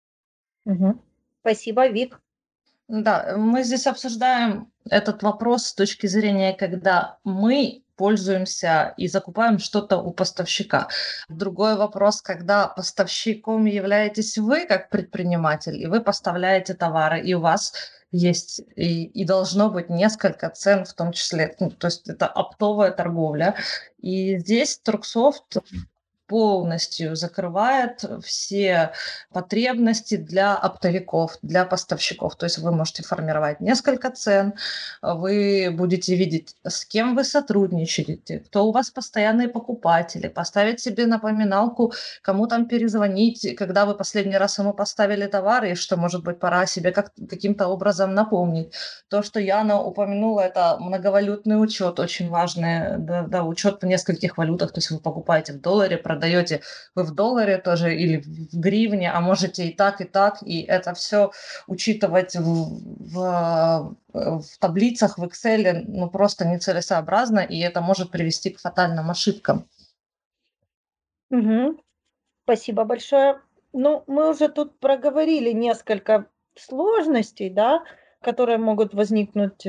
Спасибо, Вик. Да, мы здесь обсуждаем этот вопрос с точки зрения, когда мы пользуемся и закупаем что-то у поставщика. Другой вопрос, когда поставщиком являетесь вы как предприниматель, и вы поставляете товары, и у вас есть и должно быть несколько цен, в том числе, ну, то есть это оптовая торговля. И здесь Турксофт полностью закрывает все потребности для оптовиков, для поставщиков. То есть вы можете формировать несколько цен, вы будете видеть, с кем вы сотрудничаете, кто у вас постоянные покупатели, поставить себе напоминалку, кому там перезвонить, когда вы последний раз ему поставили товары, и что, может быть, пора себе каким-то образом напомнить. То, что Яна упомянула, это многовалютный учет, очень важный, да, учет в нескольких валютах, то есть вы покупаете в долларе, продаете вы в долларе тоже или в гривне, а можете и так, и это все учитывать в таблицах, в Excel, ну, просто нецелесообразно, и это может привести к фатальным ошибкам. Спасибо большое. Ну, мы уже тут проговорили несколько сложностей, да, которые могут возникнуть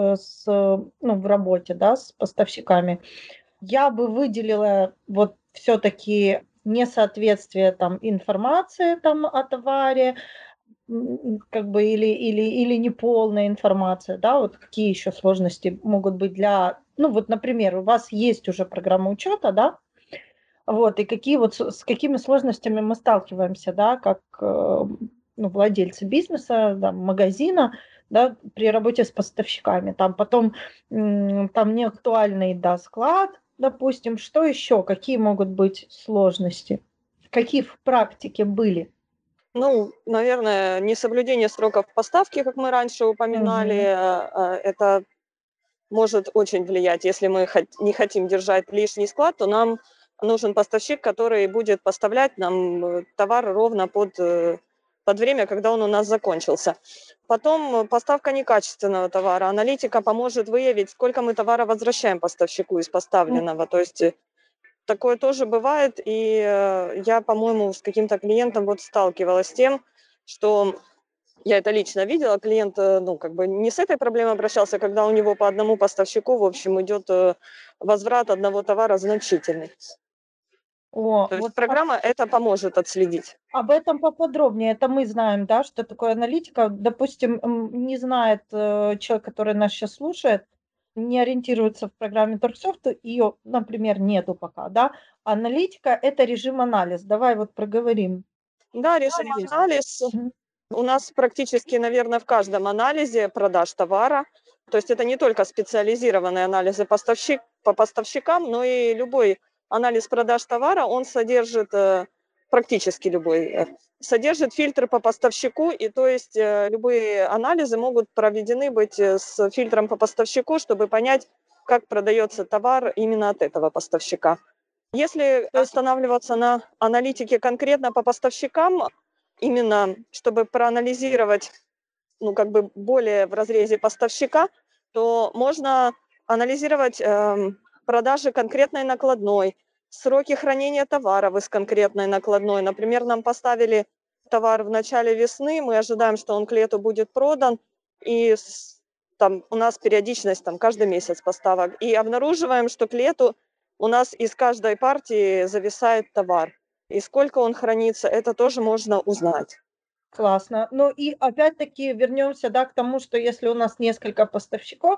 в работе, да, с поставщиками. Я бы выделила вот все-таки несоответствие там информации там о товаре, как бы или неполная информация, да, вот какие еще сложности могут быть для, ну вот, например, у вас есть уже программа учета, да, вот, и какие вот с какими сложностями мы сталкиваемся, да, как владельцы бизнеса, да, магазина, да, при работе с поставщиками. Там потом там неактуальный, да, склад, допустим. Что еще? Какие могут быть сложности? Какие в практике были? Ну, наверное, несоблюдение сроков поставки, как мы раньше упоминали, Мгм. это может очень влиять. Если мы не хотим держать лишний склад, то нам нужен поставщик, который будет поставлять нам товар ровно под время, когда он у нас закончился. Потом поставка некачественного товара. Аналитика поможет выявить, сколько мы товара возвращаем поставщику из поставленного. То есть такое тоже бывает, и я, по-моему, с каким-то клиентом вот сталкивалась с тем, что я это лично видела, клиент, ну, как бы не с этой проблемой обращался, когда у него по одному поставщику, в общем, идет возврат одного товара значительный. О, То есть вот программа это поможет отследить. об этом поподробнее. Это мы знаем, да, что такое аналитика. Допустим, не знает человек, который нас сейчас слушает, не ориентируется в программе Торгсофт, ее, например, нету пока, да. Аналитика – это режим анализ. Давай вот проговорим. Да, режим анализ. Мгм. У нас практически, наверное, в каждом анализе продаж товара. То есть это не только специализированные анализы по поставщикам, но и любой анализ продаж товара, он содержит, практически любой, содержит фильтры по поставщику. И то есть любые анализы могут проведены быть с фильтром по поставщику, чтобы понять, как продается товар именно от этого поставщика. Если останавливаться на аналитике конкретно по поставщикам, именно чтобы проанализировать, ну, как бы более в разрезе поставщика, то можно анализировать продажи конкретной накладной, сроки хранения товаров из конкретной накладной. Например, нам поставили товар в начале весны, мы ожидаем, что он к лету будет продан, и там у нас периодичность там каждый месяц поставок, и обнаруживаем, что к лету у нас из каждой партии зависает товар. И сколько он хранится, это тоже можно узнать. Классно. Ну и опять-таки вернемся, да, к тому, что если у нас несколько поставщиков,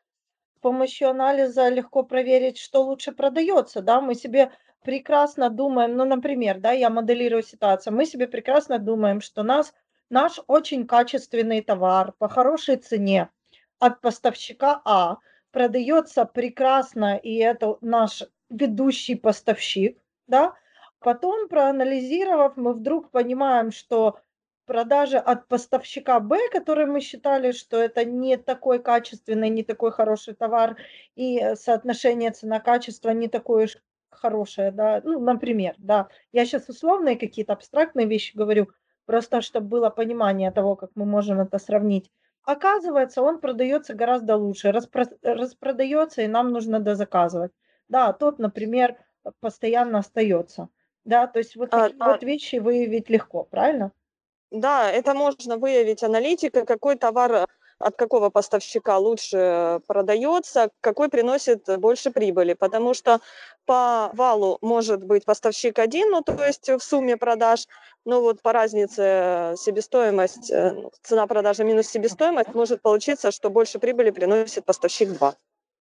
с помощью анализа легко проверить, что лучше продается, да. Мы себе прекрасно думаем, ну, например, да, я моделирую ситуацию, мы себе прекрасно думаем, что наш очень качественный товар по хорошей цене от поставщика А продается прекрасно, и это наш ведущий поставщик, да. Потом, проанализировав, мы вдруг понимаем, что продажи от поставщика Б, который мы считали, что это не такой качественный, не такой хороший товар, и соотношение цена-качество не такое уж хорошее, да, ну, например, да. Я сейчас условные какие-то абстрактные вещи говорю, просто чтобы было понимание того, как мы можем это сравнить. Оказывается, он продается гораздо лучше, распродается, и нам нужно дозаказывать. Да, а тот, например, постоянно остается. Да, то есть вот такие вот вещи выявить легко, правильно? Да, это можно выявить аналитикой, какой товар от какого поставщика лучше продается, какой приносит больше прибыли, потому что по валу может быть поставщик один, ну то есть в сумме продаж, но вот по разнице себестоимость, цена продажи минус себестоимость, может получиться, что больше прибыли приносит поставщик 2.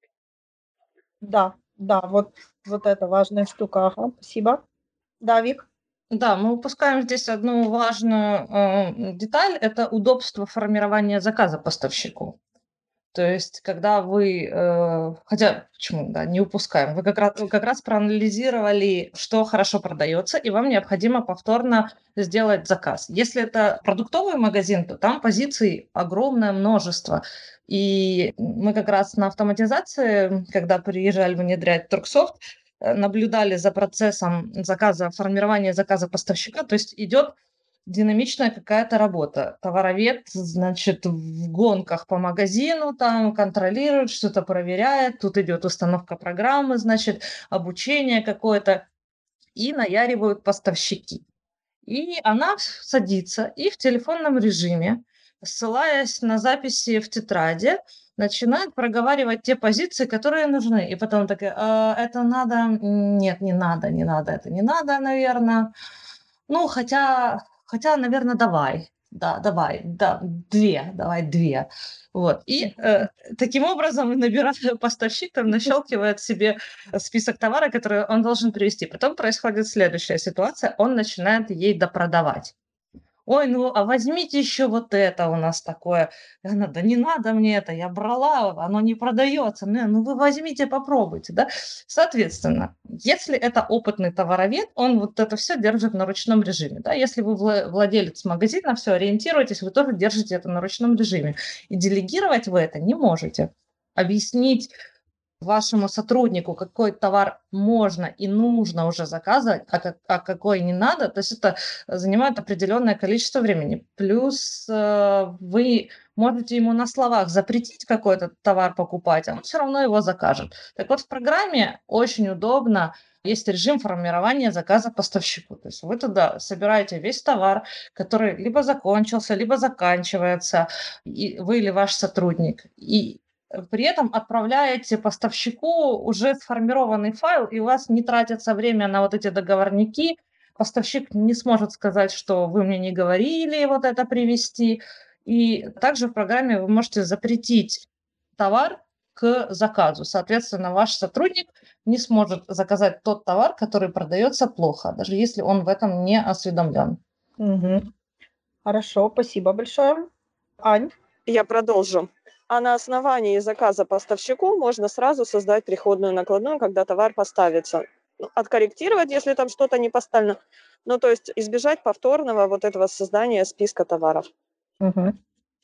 Да, да, вот это важная штука. Ага, спасибо. Да, Вик? Да, мы упускаем здесь одну важную деталь – это удобство формирования заказа поставщику. То есть, когда вы, хотя почему, да, не упускаем, вы как раз проанализировали, что хорошо продается, и вам необходимо повторно сделать заказ. Если это продуктовый магазин, то там позиций огромное множество. И мы как раз на автоматизации, когда приезжали внедрять Торгсофт, наблюдали за процессом формирования заказа поставщика, то есть идет динамичная какая-то работа. Товаровед, значит, в гонках по магазину там контролирует, что-то проверяет, тут идет установка программы, значит, обучение какое-то, и наяривают поставщики. И она садится и в телефонном режиме, ссылаясь на записи в тетради, начинает проговаривать те позиции, которые нужны. И потом такая: это надо? Нет, не надо, не надо, это не надо, наверное. Ну, хотя, наверное, давай. Да, давай, да, 2, давай 2. Вот. И таким образом поставщик там нащелкивает себе список товара, который он должен привезти. Потом происходит следующая ситуация: он начинает ей допродавать. Ой, ну, а возьмите еще вот это у нас такое. И она: да не надо мне это, я брала, оно не продается. Ну вы возьмите, попробуйте, да. Соответственно, если это опытный товаровед, он вот это все держит на ручном режиме, да. Если вы владелец магазина, все, ориентируйтесь, вы тоже держите это на ручном режиме. И делегировать вы это не можете. Объяснить вашему сотруднику, какой товар можно и нужно уже заказывать, а какой не надо, то есть это занимает определенное количество времени. Плюс вы можете ему на словах запретить какой-то товар покупать, а он все равно его закажет. Так вот, в программе очень удобно, есть режим формирования заказа поставщику. То есть вы туда собираете весь товар, который либо закончился, либо заканчивается, и вы или ваш сотрудник. И при этом отправляете поставщику уже сформированный файл, и у вас не тратится время на вот эти договорники. Поставщик не сможет сказать, что вы мне не говорили вот это привезти. И также в программе вы можете запретить товар к заказу. Соответственно, ваш сотрудник не сможет заказать тот товар, который продается плохо, даже если он в этом не осведомлен. Мгм. Хорошо, спасибо большое. Ань? Я продолжу. А на основании заказа поставщику можно сразу создать переходную накладную, когда товар поставится. Откорректировать, если там что-то не поставлено. Ну, то есть избежать повторного вот этого создания списка товаров. Мгм.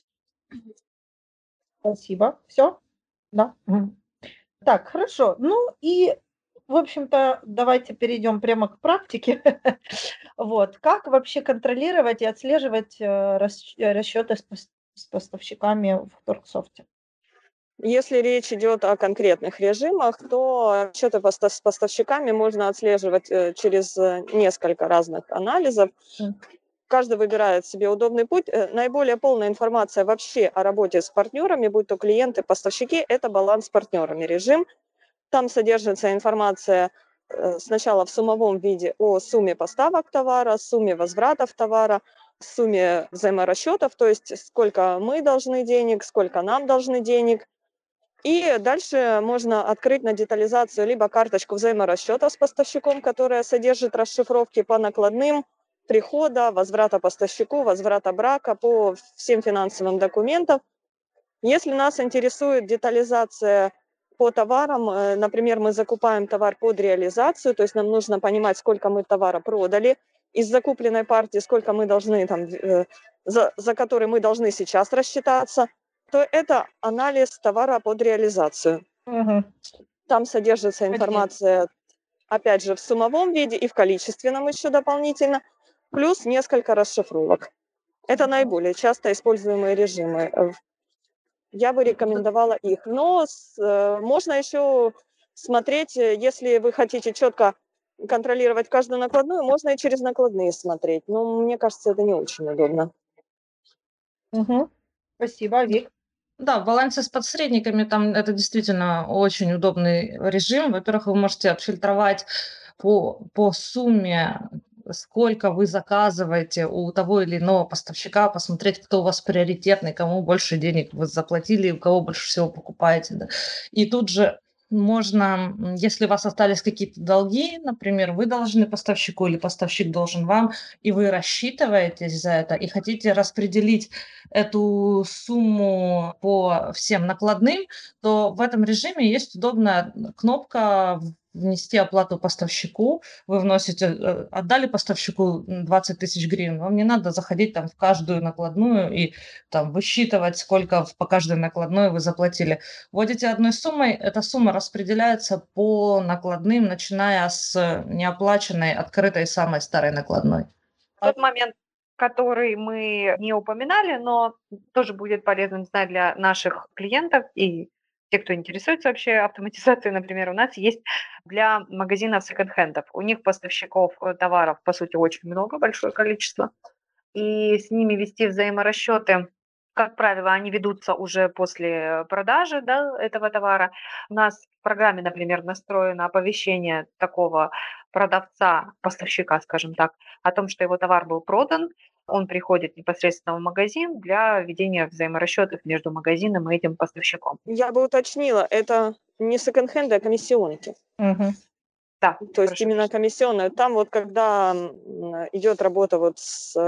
Спасибо. Все? Да? Мгм. Так, хорошо. Ну и, в общем-то, давайте перейдем прямо к практике. Вот. Как вообще контролировать и отслеживать расчеты с поставщиками в Торгсофте? Если речь идет о конкретных режимах, то счеты с поставщиками можно отслеживать через несколько разных анализов. М. Каждый выбирает себе удобный путь. Наиболее полная информация вообще о работе с партнерами, будь то клиенты, поставщики, это баланс с партнерами режим. Там содержится информация сначала в суммовом виде о сумме поставок товара, сумме возвратов товара, сумме взаиморасчетов, то есть сколько мы должны денег, сколько нам должны денег. И дальше можно открыть на детализацию либо карточку взаиморасчета с поставщиком, которая содержит расшифровки по накладным, прихода, возврата поставщику, возврата брака по всем финансовым документам. Если нас интересует детализация по товарам, например, мы закупаем товар под реализацию, то есть нам нужно понимать, сколько мы товара продали, из закупленной партии, сколько мы должны, там, за который мы должны сейчас рассчитаться, то это анализ товара под реализацию. Мгм. Там содержится информация, опять же, в суммовом виде и в количественном еще дополнительно, плюс несколько расшифровок. Это наиболее часто используемые режимы. Я бы рекомендовала их. Но можно еще смотреть, если вы хотите четко контролировать каждую накладную, можно и через накладные смотреть. Но мне кажется, это не очень удобно. Мгм. Спасибо, Вик. Да, в балансе с подсредниками там это действительно очень удобный режим. Во-первых, вы можете отфильтровать по сумме, сколько вы заказываете у того или иного поставщика, посмотреть, кто у вас приоритетный, кому больше денег вы заплатили, у кого больше всего покупаете. Да. И тут же можно, если у вас остались какие-то долги, например, вы должны поставщику или поставщик должен вам, и вы рассчитываетесь за это, и хотите распределить эту сумму по всем накладным, то в этом режиме есть удобная кнопка «Внести оплату поставщику». Вы вносите, отдали поставщику 20 тысяч гривен, вам не надо заходить там в каждую накладную и там высчитывать, сколько по каждой накладной вы заплатили. Вводите одной суммой, эта сумма распределяется по накладным, начиная с неоплаченной, открытой самой старой накладной. Тот момент, который мы не упоминали, но тоже будет полезным знать для наших клиентов и те, кто интересуется вообще автоматизацией, например, у нас есть для магазинов секонд-хендов. У них поставщиков товаров, по сути, очень много, большое количество. И с ними вести взаиморасчеты, как правило, они ведутся уже после продажи, да, этого товара. У нас в программе, например, настроено оповещение такого продавца, поставщика, скажем так, о том, что его товар был продан. Он приходит непосредственно в магазин для ведения взаиморасчетов между магазином и этим поставщиком. Я бы уточнила, это не секонд-хенды, а комиссионки. Мгм. Да, То есть прошу именно прощения. комиссионная. Там вот когда идет работа вот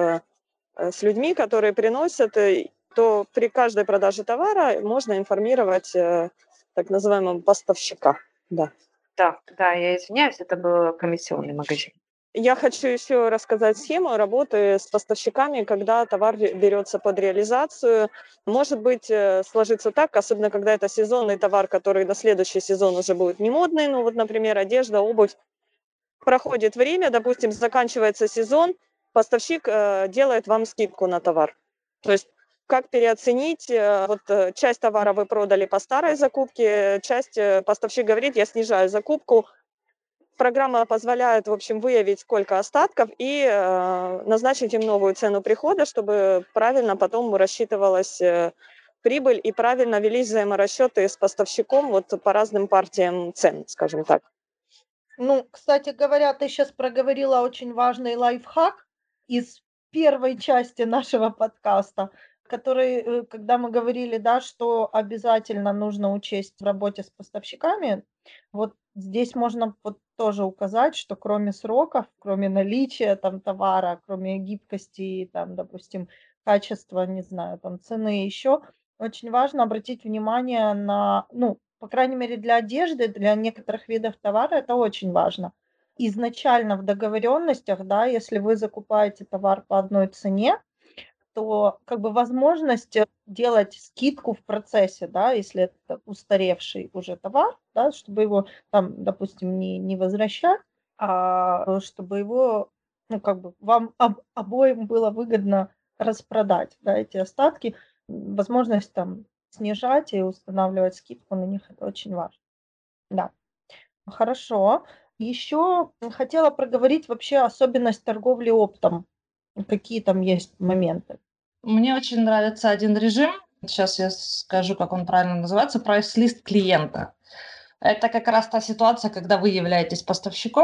с людьми, которые приносят, то при каждой продаже товара можно информировать так называемого поставщика. Да. Да, я извиняюсь, это был комиссионный магазин. Я хочу еще рассказать схему работы с поставщиками, когда товар берется под реализацию. Может быть, сложится так, особенно когда это сезонный товар, который на следующий сезон уже будет не модный. Ну вот, например, одежда, обувь. Проходит время, допустим, заканчивается сезон, поставщик делает вам скидку на товар. То есть как переоценить, часть товара вы продали по старой закупке, часть поставщик говорит, я снижаю закупку. Программа позволяет, в общем, выявить, сколько остатков и назначить им новую цену прихода, чтобы правильно потом рассчитывалась прибыль и правильно велись взаиморасчеты с поставщиком вот по разным партиям цен, скажем так. Ну, кстати говоря, ты сейчас проговорила очень важный лайфхак из первой части нашего подкаста, который, когда мы говорили, да, что обязательно нужно учесть в работе с поставщиками. Вот здесь можно вот тоже указать, что кроме сроков, кроме наличия там товара, кроме гибкости, там, допустим, качества, не знаю, там цены еще, очень важно обратить внимание на, ну, по крайней мере, для одежды, для некоторых видов товара это очень важно. Изначально в договоренностях, да, если вы закупаете товар по одной цене, то как бы возможность делать скидку в процессе, да, если это устаревший уже товар, да, чтобы его там, допустим, не возвращать, а чтобы его, ну, как бы вам обоим было выгодно распродать, да, эти остатки. Возможность там снижать и устанавливать скидку на них — это очень важно. Да, хорошо. Еще хотела проговорить вообще особенность торговли оптом. Какие там есть моменты? Мне очень нравится один режим. Сейчас я скажу, как он правильно называется. Прайс-лист клиента. Это как раз та ситуация, когда вы являетесь поставщиком,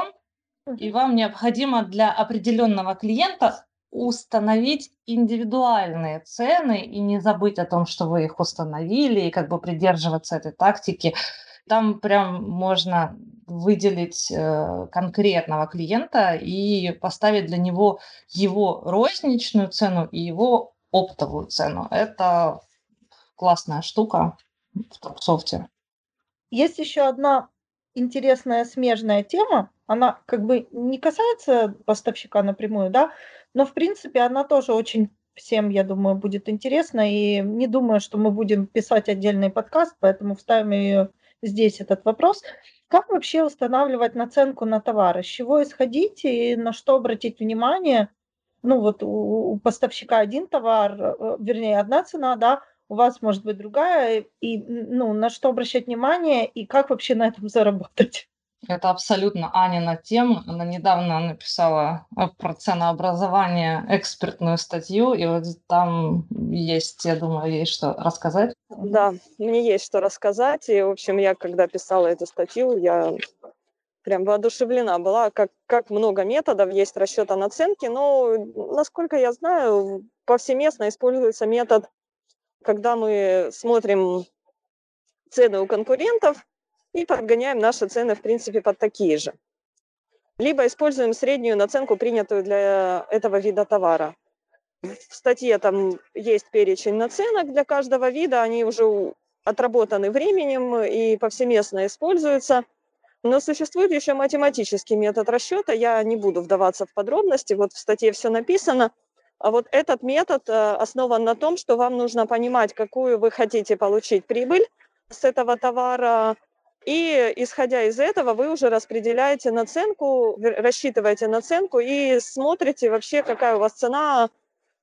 и вам необходимо для определенного клиента установить индивидуальные цены и не забыть о том, что вы их установили, и как бы придерживаться этой тактики. Там прям можно выделить конкретного клиента и поставить для него его розничную цену и его оптовую цену. Это классная штука в Топсофте. Есть еще одна интересная смежная тема. Она как бы не касается поставщика напрямую, да, но в принципе она тоже очень всем, я думаю, будет интересна. И не думаю, что мы будем писать отдельный подкаст, поэтому вставим ее здесь, этот вопрос. Как вообще устанавливать наценку на товары? С чего исходить и на что обратить внимание? Ну вот у поставщика один товар, вернее, одна цена, да, у вас может быть другая, и, ну, на что обращать внимание и как вообще на этом заработать? Это абсолютно Анина тема. Она недавно написала про ценообразование экспертную статью, и вот там есть, я думаю, есть что рассказать. Да, мне есть что рассказать. И, в общем, я когда писала эту статью, я прям воодушевлена была, как много методов есть расчета наценки. Но, насколько я знаю, повсеместно используется метод, когда мы смотрим цены у конкурентов и подгоняем наши цены, в принципе, под такие же. Либо используем среднюю наценку, принятую для этого вида товара. В статье там есть перечень наценок для каждого вида, они уже отработаны временем и повсеместно используются. Но существует еще математический метод расчета, я не буду вдаваться в подробности, вот в статье все написано. А вот этот метод основан на том, что вам нужно понимать, какую вы хотите получить прибыль с этого товара, и исходя из этого вы уже распределяете наценку, рассчитываете наценку и смотрите вообще, какая у вас цена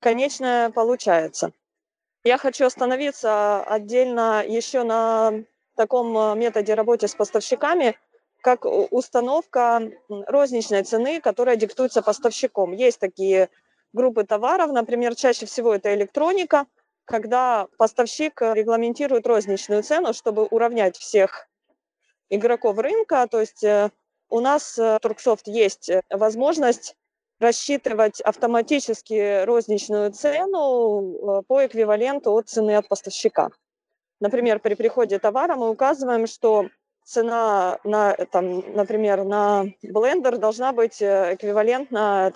конечная получается. Я хочу остановиться отдельно еще на таком методе работы с поставщиками, как установка розничной цены, которая диктуется поставщиком. Есть такие группы товаров, например, чаще всего это электроника, когда поставщик регламентирует розничную цену, чтобы уравнять всех игроков рынка. То есть у нас в Турксофт есть возможность рассчитывать автоматически розничную цену по эквиваленту от цены от поставщика. Например, при приходе товара мы указываем, что цена на, например, на блендер должна быть эквивалентна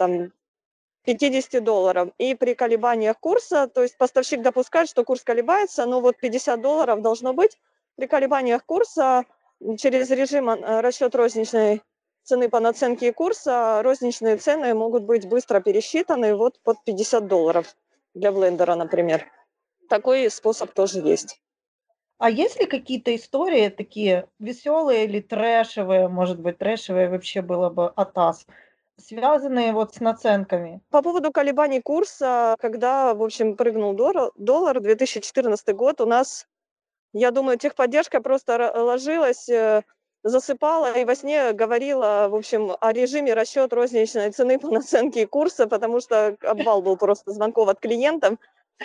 $50. И при колебаниях курса, то есть поставщик допускает, что курс колебается, но вот $50 должно быть. При колебаниях курса через режим расчет розничной цены по наценке курса розничные цены могут быть быстро пересчитаны вот под $50 для блендера, например. Такой способ тоже есть. А есть ли какие-то истории такие веселые или трэшевые, может быть, трэшевые вообще было бы атас, связанные вот с наценками? По поводу колебаний курса, когда, в общем, прыгнул доллар 2014 год, у нас, я думаю, техподдержка просто ложилась, засыпала и во сне говорила, в общем, о режиме расчет розничной цены по наценке курса, потому что обвал был просто звонков от клиентов,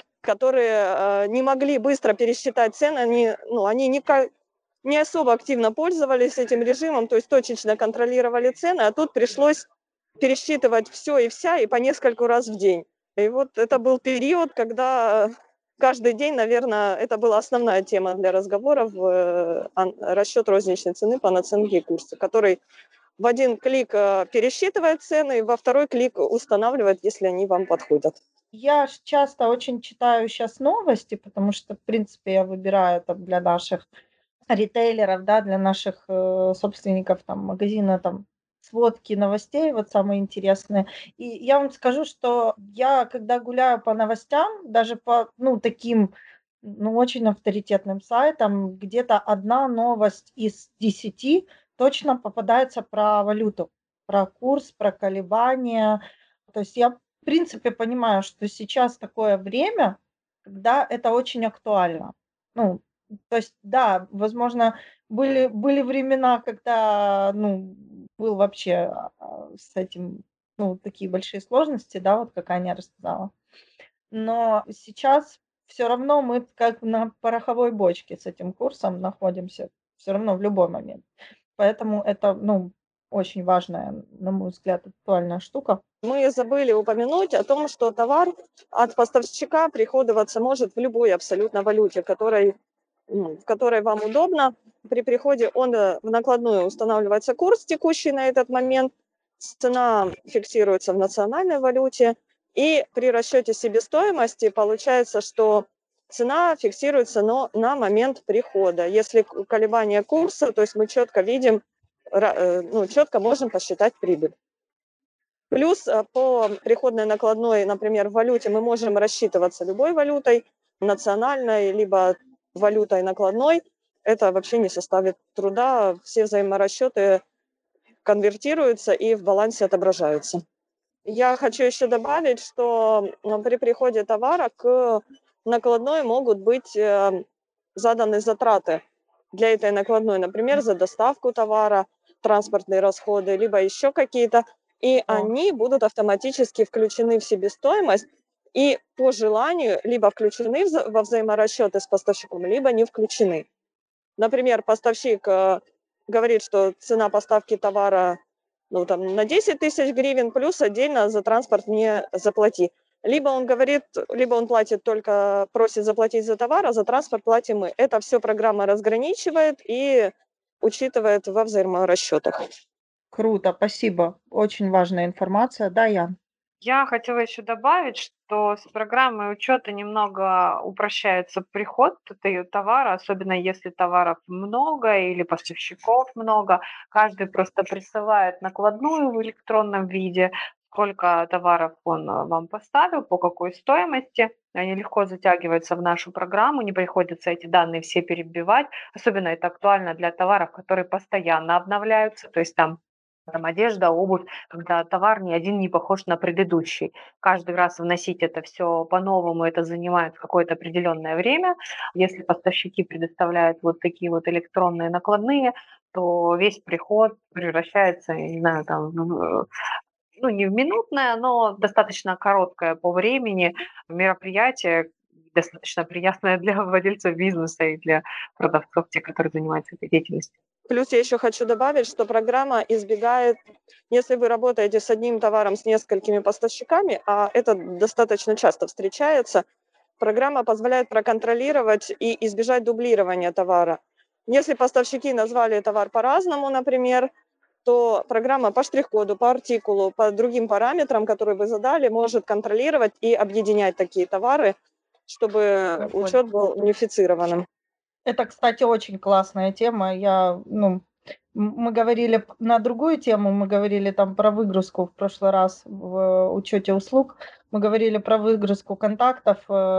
которые не могли быстро пересчитать цены, они не особо активно пользовались этим режимом, то есть точечно контролировали цены, а тут пришлось пересчитывать все и вся и по нескольку раз в день. И вот это был период, когда каждый день, наверное, это была основная тема для разговоров, расчет розничной цены по наценке курса, который в один клик пересчитывает цены, во второй клик устанавливает, если они вам подходят. Я часто очень читаю сейчас новости, потому что, в принципе, я выбираю там для наших ритейлеров, да, для наших собственников там магазина там сводки новостей, вот самые интересные. И я вам скажу, что я, когда гуляю по новостям, даже по, таким, очень авторитетным сайтам, где-то одна новость из 10 точно попадается про валюту, про курс, про колебания. То есть я, в принципе, понимаю, что сейчас такое время, когда это очень актуально. То есть, да, возможно, были времена, когда, был вообще с этим, такие большие сложности, да, вот как Аня рассказала. Но сейчас все равно мы как на пороховой бочке с этим курсом находимся, все равно в любой момент. Поэтому это, очень важная, на мой взгляд, актуальная штука. Мы забыли упомянуть о том, что товар от поставщика приходоваться может в любой абсолютно валюте, в которой вам удобно. При приходе в накладную устанавливается курс текущий на этот момент, цена фиксируется в национальной валюте, и при расчете себестоимости получается, что цена фиксируется на момент прихода. Если колебания курса, то есть мы четко видим, четко можем посчитать прибыль. Плюс по приходной накладной, например, в валюте мы можем рассчитываться любой валютой, национальной, либо валютой накладной. Это вообще не составит труда. Все взаиморасчеты конвертируются и в балансе отображаются. Я хочу еще добавить, что при приходе товара к накладной могут быть заданы затраты для этой накладной, например, за доставку товара, транспортные расходы, либо еще какие-то. И они будут автоматически включены в себестоимость и по желанию либо включены во взаиморасчеты с поставщиком, либо не включены. Например, поставщик говорит, что цена поставки товара на 10 тысяч гривен, плюс отдельно за транспорт не заплати. Либо он говорит, либо он просит заплатить за товар, а за транспорт платим мы. Это все программа разграничивает и учитывает во взаиморасчетах. Круто, спасибо. Очень важная информация. Да, Ян? Я хотела еще добавить, что с программой учета немного упрощается приход товара, особенно если товаров много или поставщиков много. Каждый просто присылает накладную в электронном виде, сколько товаров он вам поставил, по какой стоимости. Они легко затягиваются в нашу программу, не приходится эти данные все перебивать. Особенно это актуально для товаров, которые постоянно обновляются, то есть там там одежда, обувь, когда товар ни один не похож на предыдущий. Каждый раз вносить это все по-новому, это занимает какое-то определенное время. Если поставщики предоставляют вот такие вот электронные накладные, то весь приход превращается, я не знаю, там, ну, не в минутное, но достаточно короткое по времени мероприятие, достаточно приятное для владельцев бизнеса и для продавцов, те, которые занимаются этой деятельностью. Плюс я еще хочу добавить, что программа избегает, если вы работаете с одним товаром с несколькими поставщиками, а это достаточно часто встречается, программа позволяет проконтролировать и избежать дублирования товара. Если поставщики назвали товар по-разному, например, то программа по штрих-коду, по артикулу, по другим параметрам, которые вы задали, может контролировать и объединять такие товары, чтобы учет был унифицированным. Это, кстати, очень классная тема. Мы говорили на другую тему, мы говорили там про выгрузку в прошлый раз в учете услуг. Мы говорили про выгрузку контактов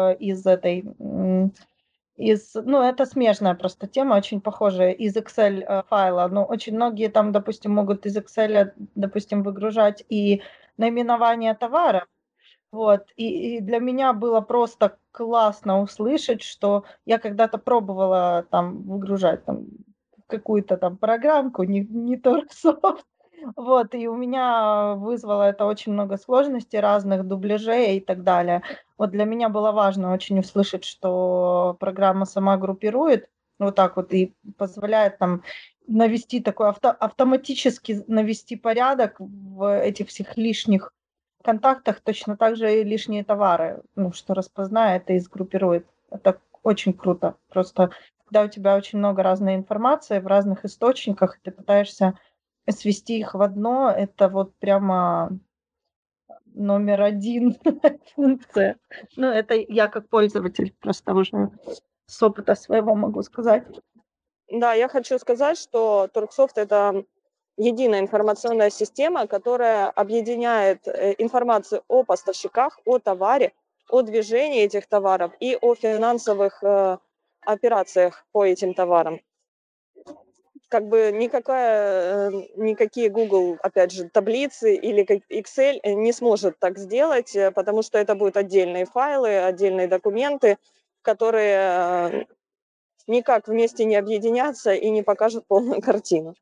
это смежная просто тема, очень похожая, из Excel файла. Но очень многие там, допустим, могут из Excel, допустим, выгружать и наименование товара. Вот. И для меня было просто классно услышать, что я когда-то пробовала там выгружать там какую-то там программку, не Торксофт. Вот, и у меня вызвало это очень много сложностей разных, дубляжей и так далее. Вот для меня было важно очень услышать, что программа сама группирует вот так вот и позволяет там навести такой автоматически навести порядок в этих всех лишних контактах, точно так же и лишние товары, что распознает и сгруппирует. Это очень круто. Просто когда у тебя очень много разной информации в разных источниках, ты пытаешься свести их в одно, это вот прямо номер один функция. Это я как пользователь просто уже с опыта своего могу сказать. Да, я хочу сказать, что Торксофт – это единая информационная система, которая объединяет информацию о поставщиках, о товаре, о движении этих товаров и о финансовых операциях по этим товарам. Как бы никакие Google, опять же, таблицы или Excel не сможет так сделать, потому что это будут отдельные файлы, отдельные документы, которые никак вместе не объединятся и не покажут полную картину.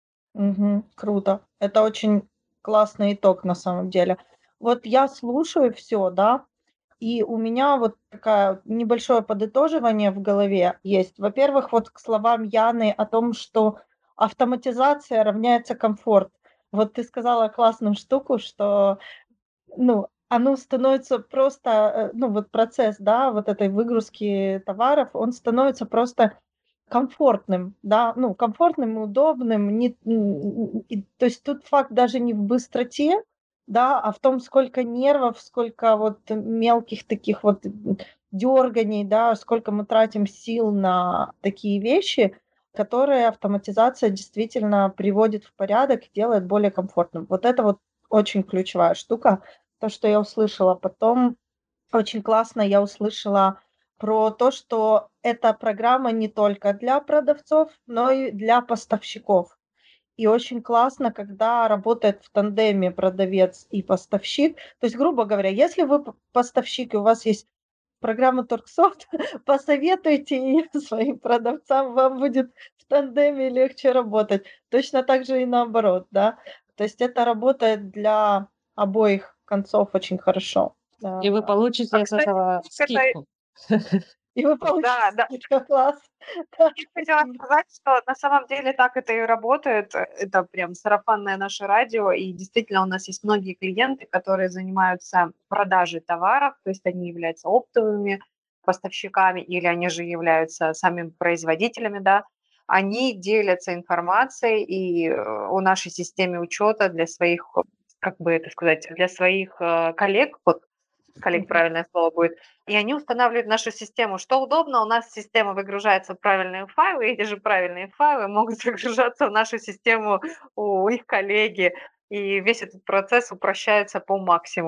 Круто. Это очень классный итог на самом деле. Вот я слушаю все, да, и у меня вот такое небольшое подытоживание в голове есть. Во-первых, вот к словам Яны о том, что автоматизация равняется комфорт. Вот ты сказала классную штуку, что, оно становится просто, вот процесс, да, вот этой выгрузки товаров, он становится просто комфортным, да, комфортным и удобным. То есть тут факт даже не в быстроте, да, а в том, сколько нервов, сколько вот мелких таких вот дерганий, да, сколько мы тратим сил на такие вещи, которые автоматизация действительно приводит в порядок и делает более комфортным. Вот это вот очень ключевая штука, то, что я услышала. Потом очень классно я услышала про то, что эта программа не только для продавцов, но и для поставщиков. И очень классно, когда работает в тандеме продавец и поставщик. То есть, грубо говоря, если вы поставщик и у вас есть программа Торксофт, посоветуйте ее своим продавцам, вам будет в тандеме легче работать. Точно так же и наоборот, да. То есть это работает для обоих концов очень хорошо. И вы получите с этого скидку. И вы получите скидку, класс. Я хотела сказать, что на самом деле так это и работает. Это прям сарафанное наше радио. И действительно у нас есть многие клиенты, которые занимаются продажей товаров, то есть они являются оптовыми поставщиками или они же являются самими производителями, да. Они делятся информацией и о нашей системе учета для своих, как бы это сказать, для своих коллег, коллег правильное слово будет, и они устанавливают нашу систему. Что удобно, у нас система выгружается в правильные файлы, эти же правильные файлы могут загружаться в нашу систему у их коллеги, и весь этот процесс упрощается по максимуму.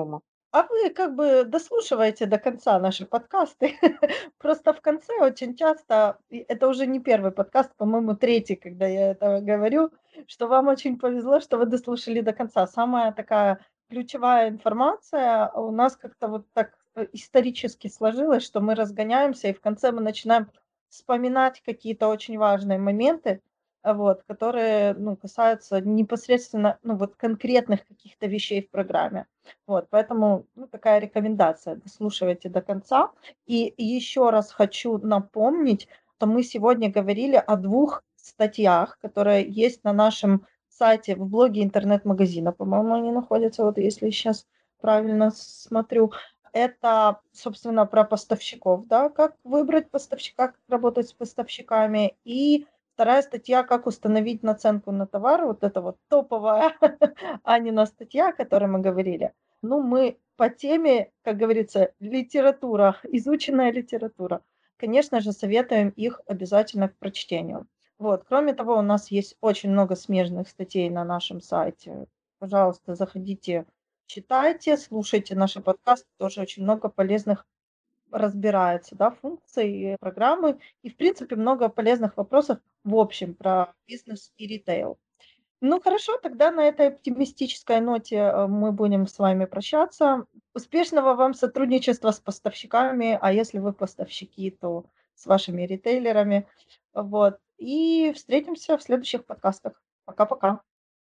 А вы как бы дослушиваете до конца наши подкасты. Просто в конце очень часто, и это уже не первый подкаст, по-моему, третий, когда я это говорю, что вам очень повезло, что вы дослушали до конца. Самая такая ключевая информация у нас как-то вот так исторически сложилось, что мы разгоняемся, и в конце мы начинаем вспоминать какие-то очень важные моменты, вот, которые, ну, касаются непосредственно, ну, вот конкретных каких-то вещей в программе. Вот, поэтому, ну, такая рекомендация. Дослушивайте до конца. И еще раз хочу напомнить, что мы сегодня говорили о двух статьях, которые есть на нашем сайте в блоге интернет-магазина. По-моему, они находятся, вот если сейчас правильно смотрю. Это, собственно, про поставщиков, да, как выбрать поставщика, как работать с поставщиками. И вторая статья, как установить наценку на товар. Вот это вот топовая Анина статья, о которой мы говорили. Ну, мы по теме, как говорится, литература, изученная литература. Конечно же, советуем их обязательно к прочтению. Вот. Кроме того, у нас есть очень много смежных статей на нашем сайте. Пожалуйста, заходите, читайте, слушайте наши подкасты. Тоже очень много полезных разбирается, да, функций программы. И, в принципе, много полезных вопросов в общем про бизнес и ритейл. Ну хорошо, тогда на этой оптимистической ноте мы будем с вами прощаться. Успешного вам сотрудничества с поставщиками, а если вы поставщики, то с вашими ритейлерами. Вот. И встретимся в следующих подкастах. Пока-пока.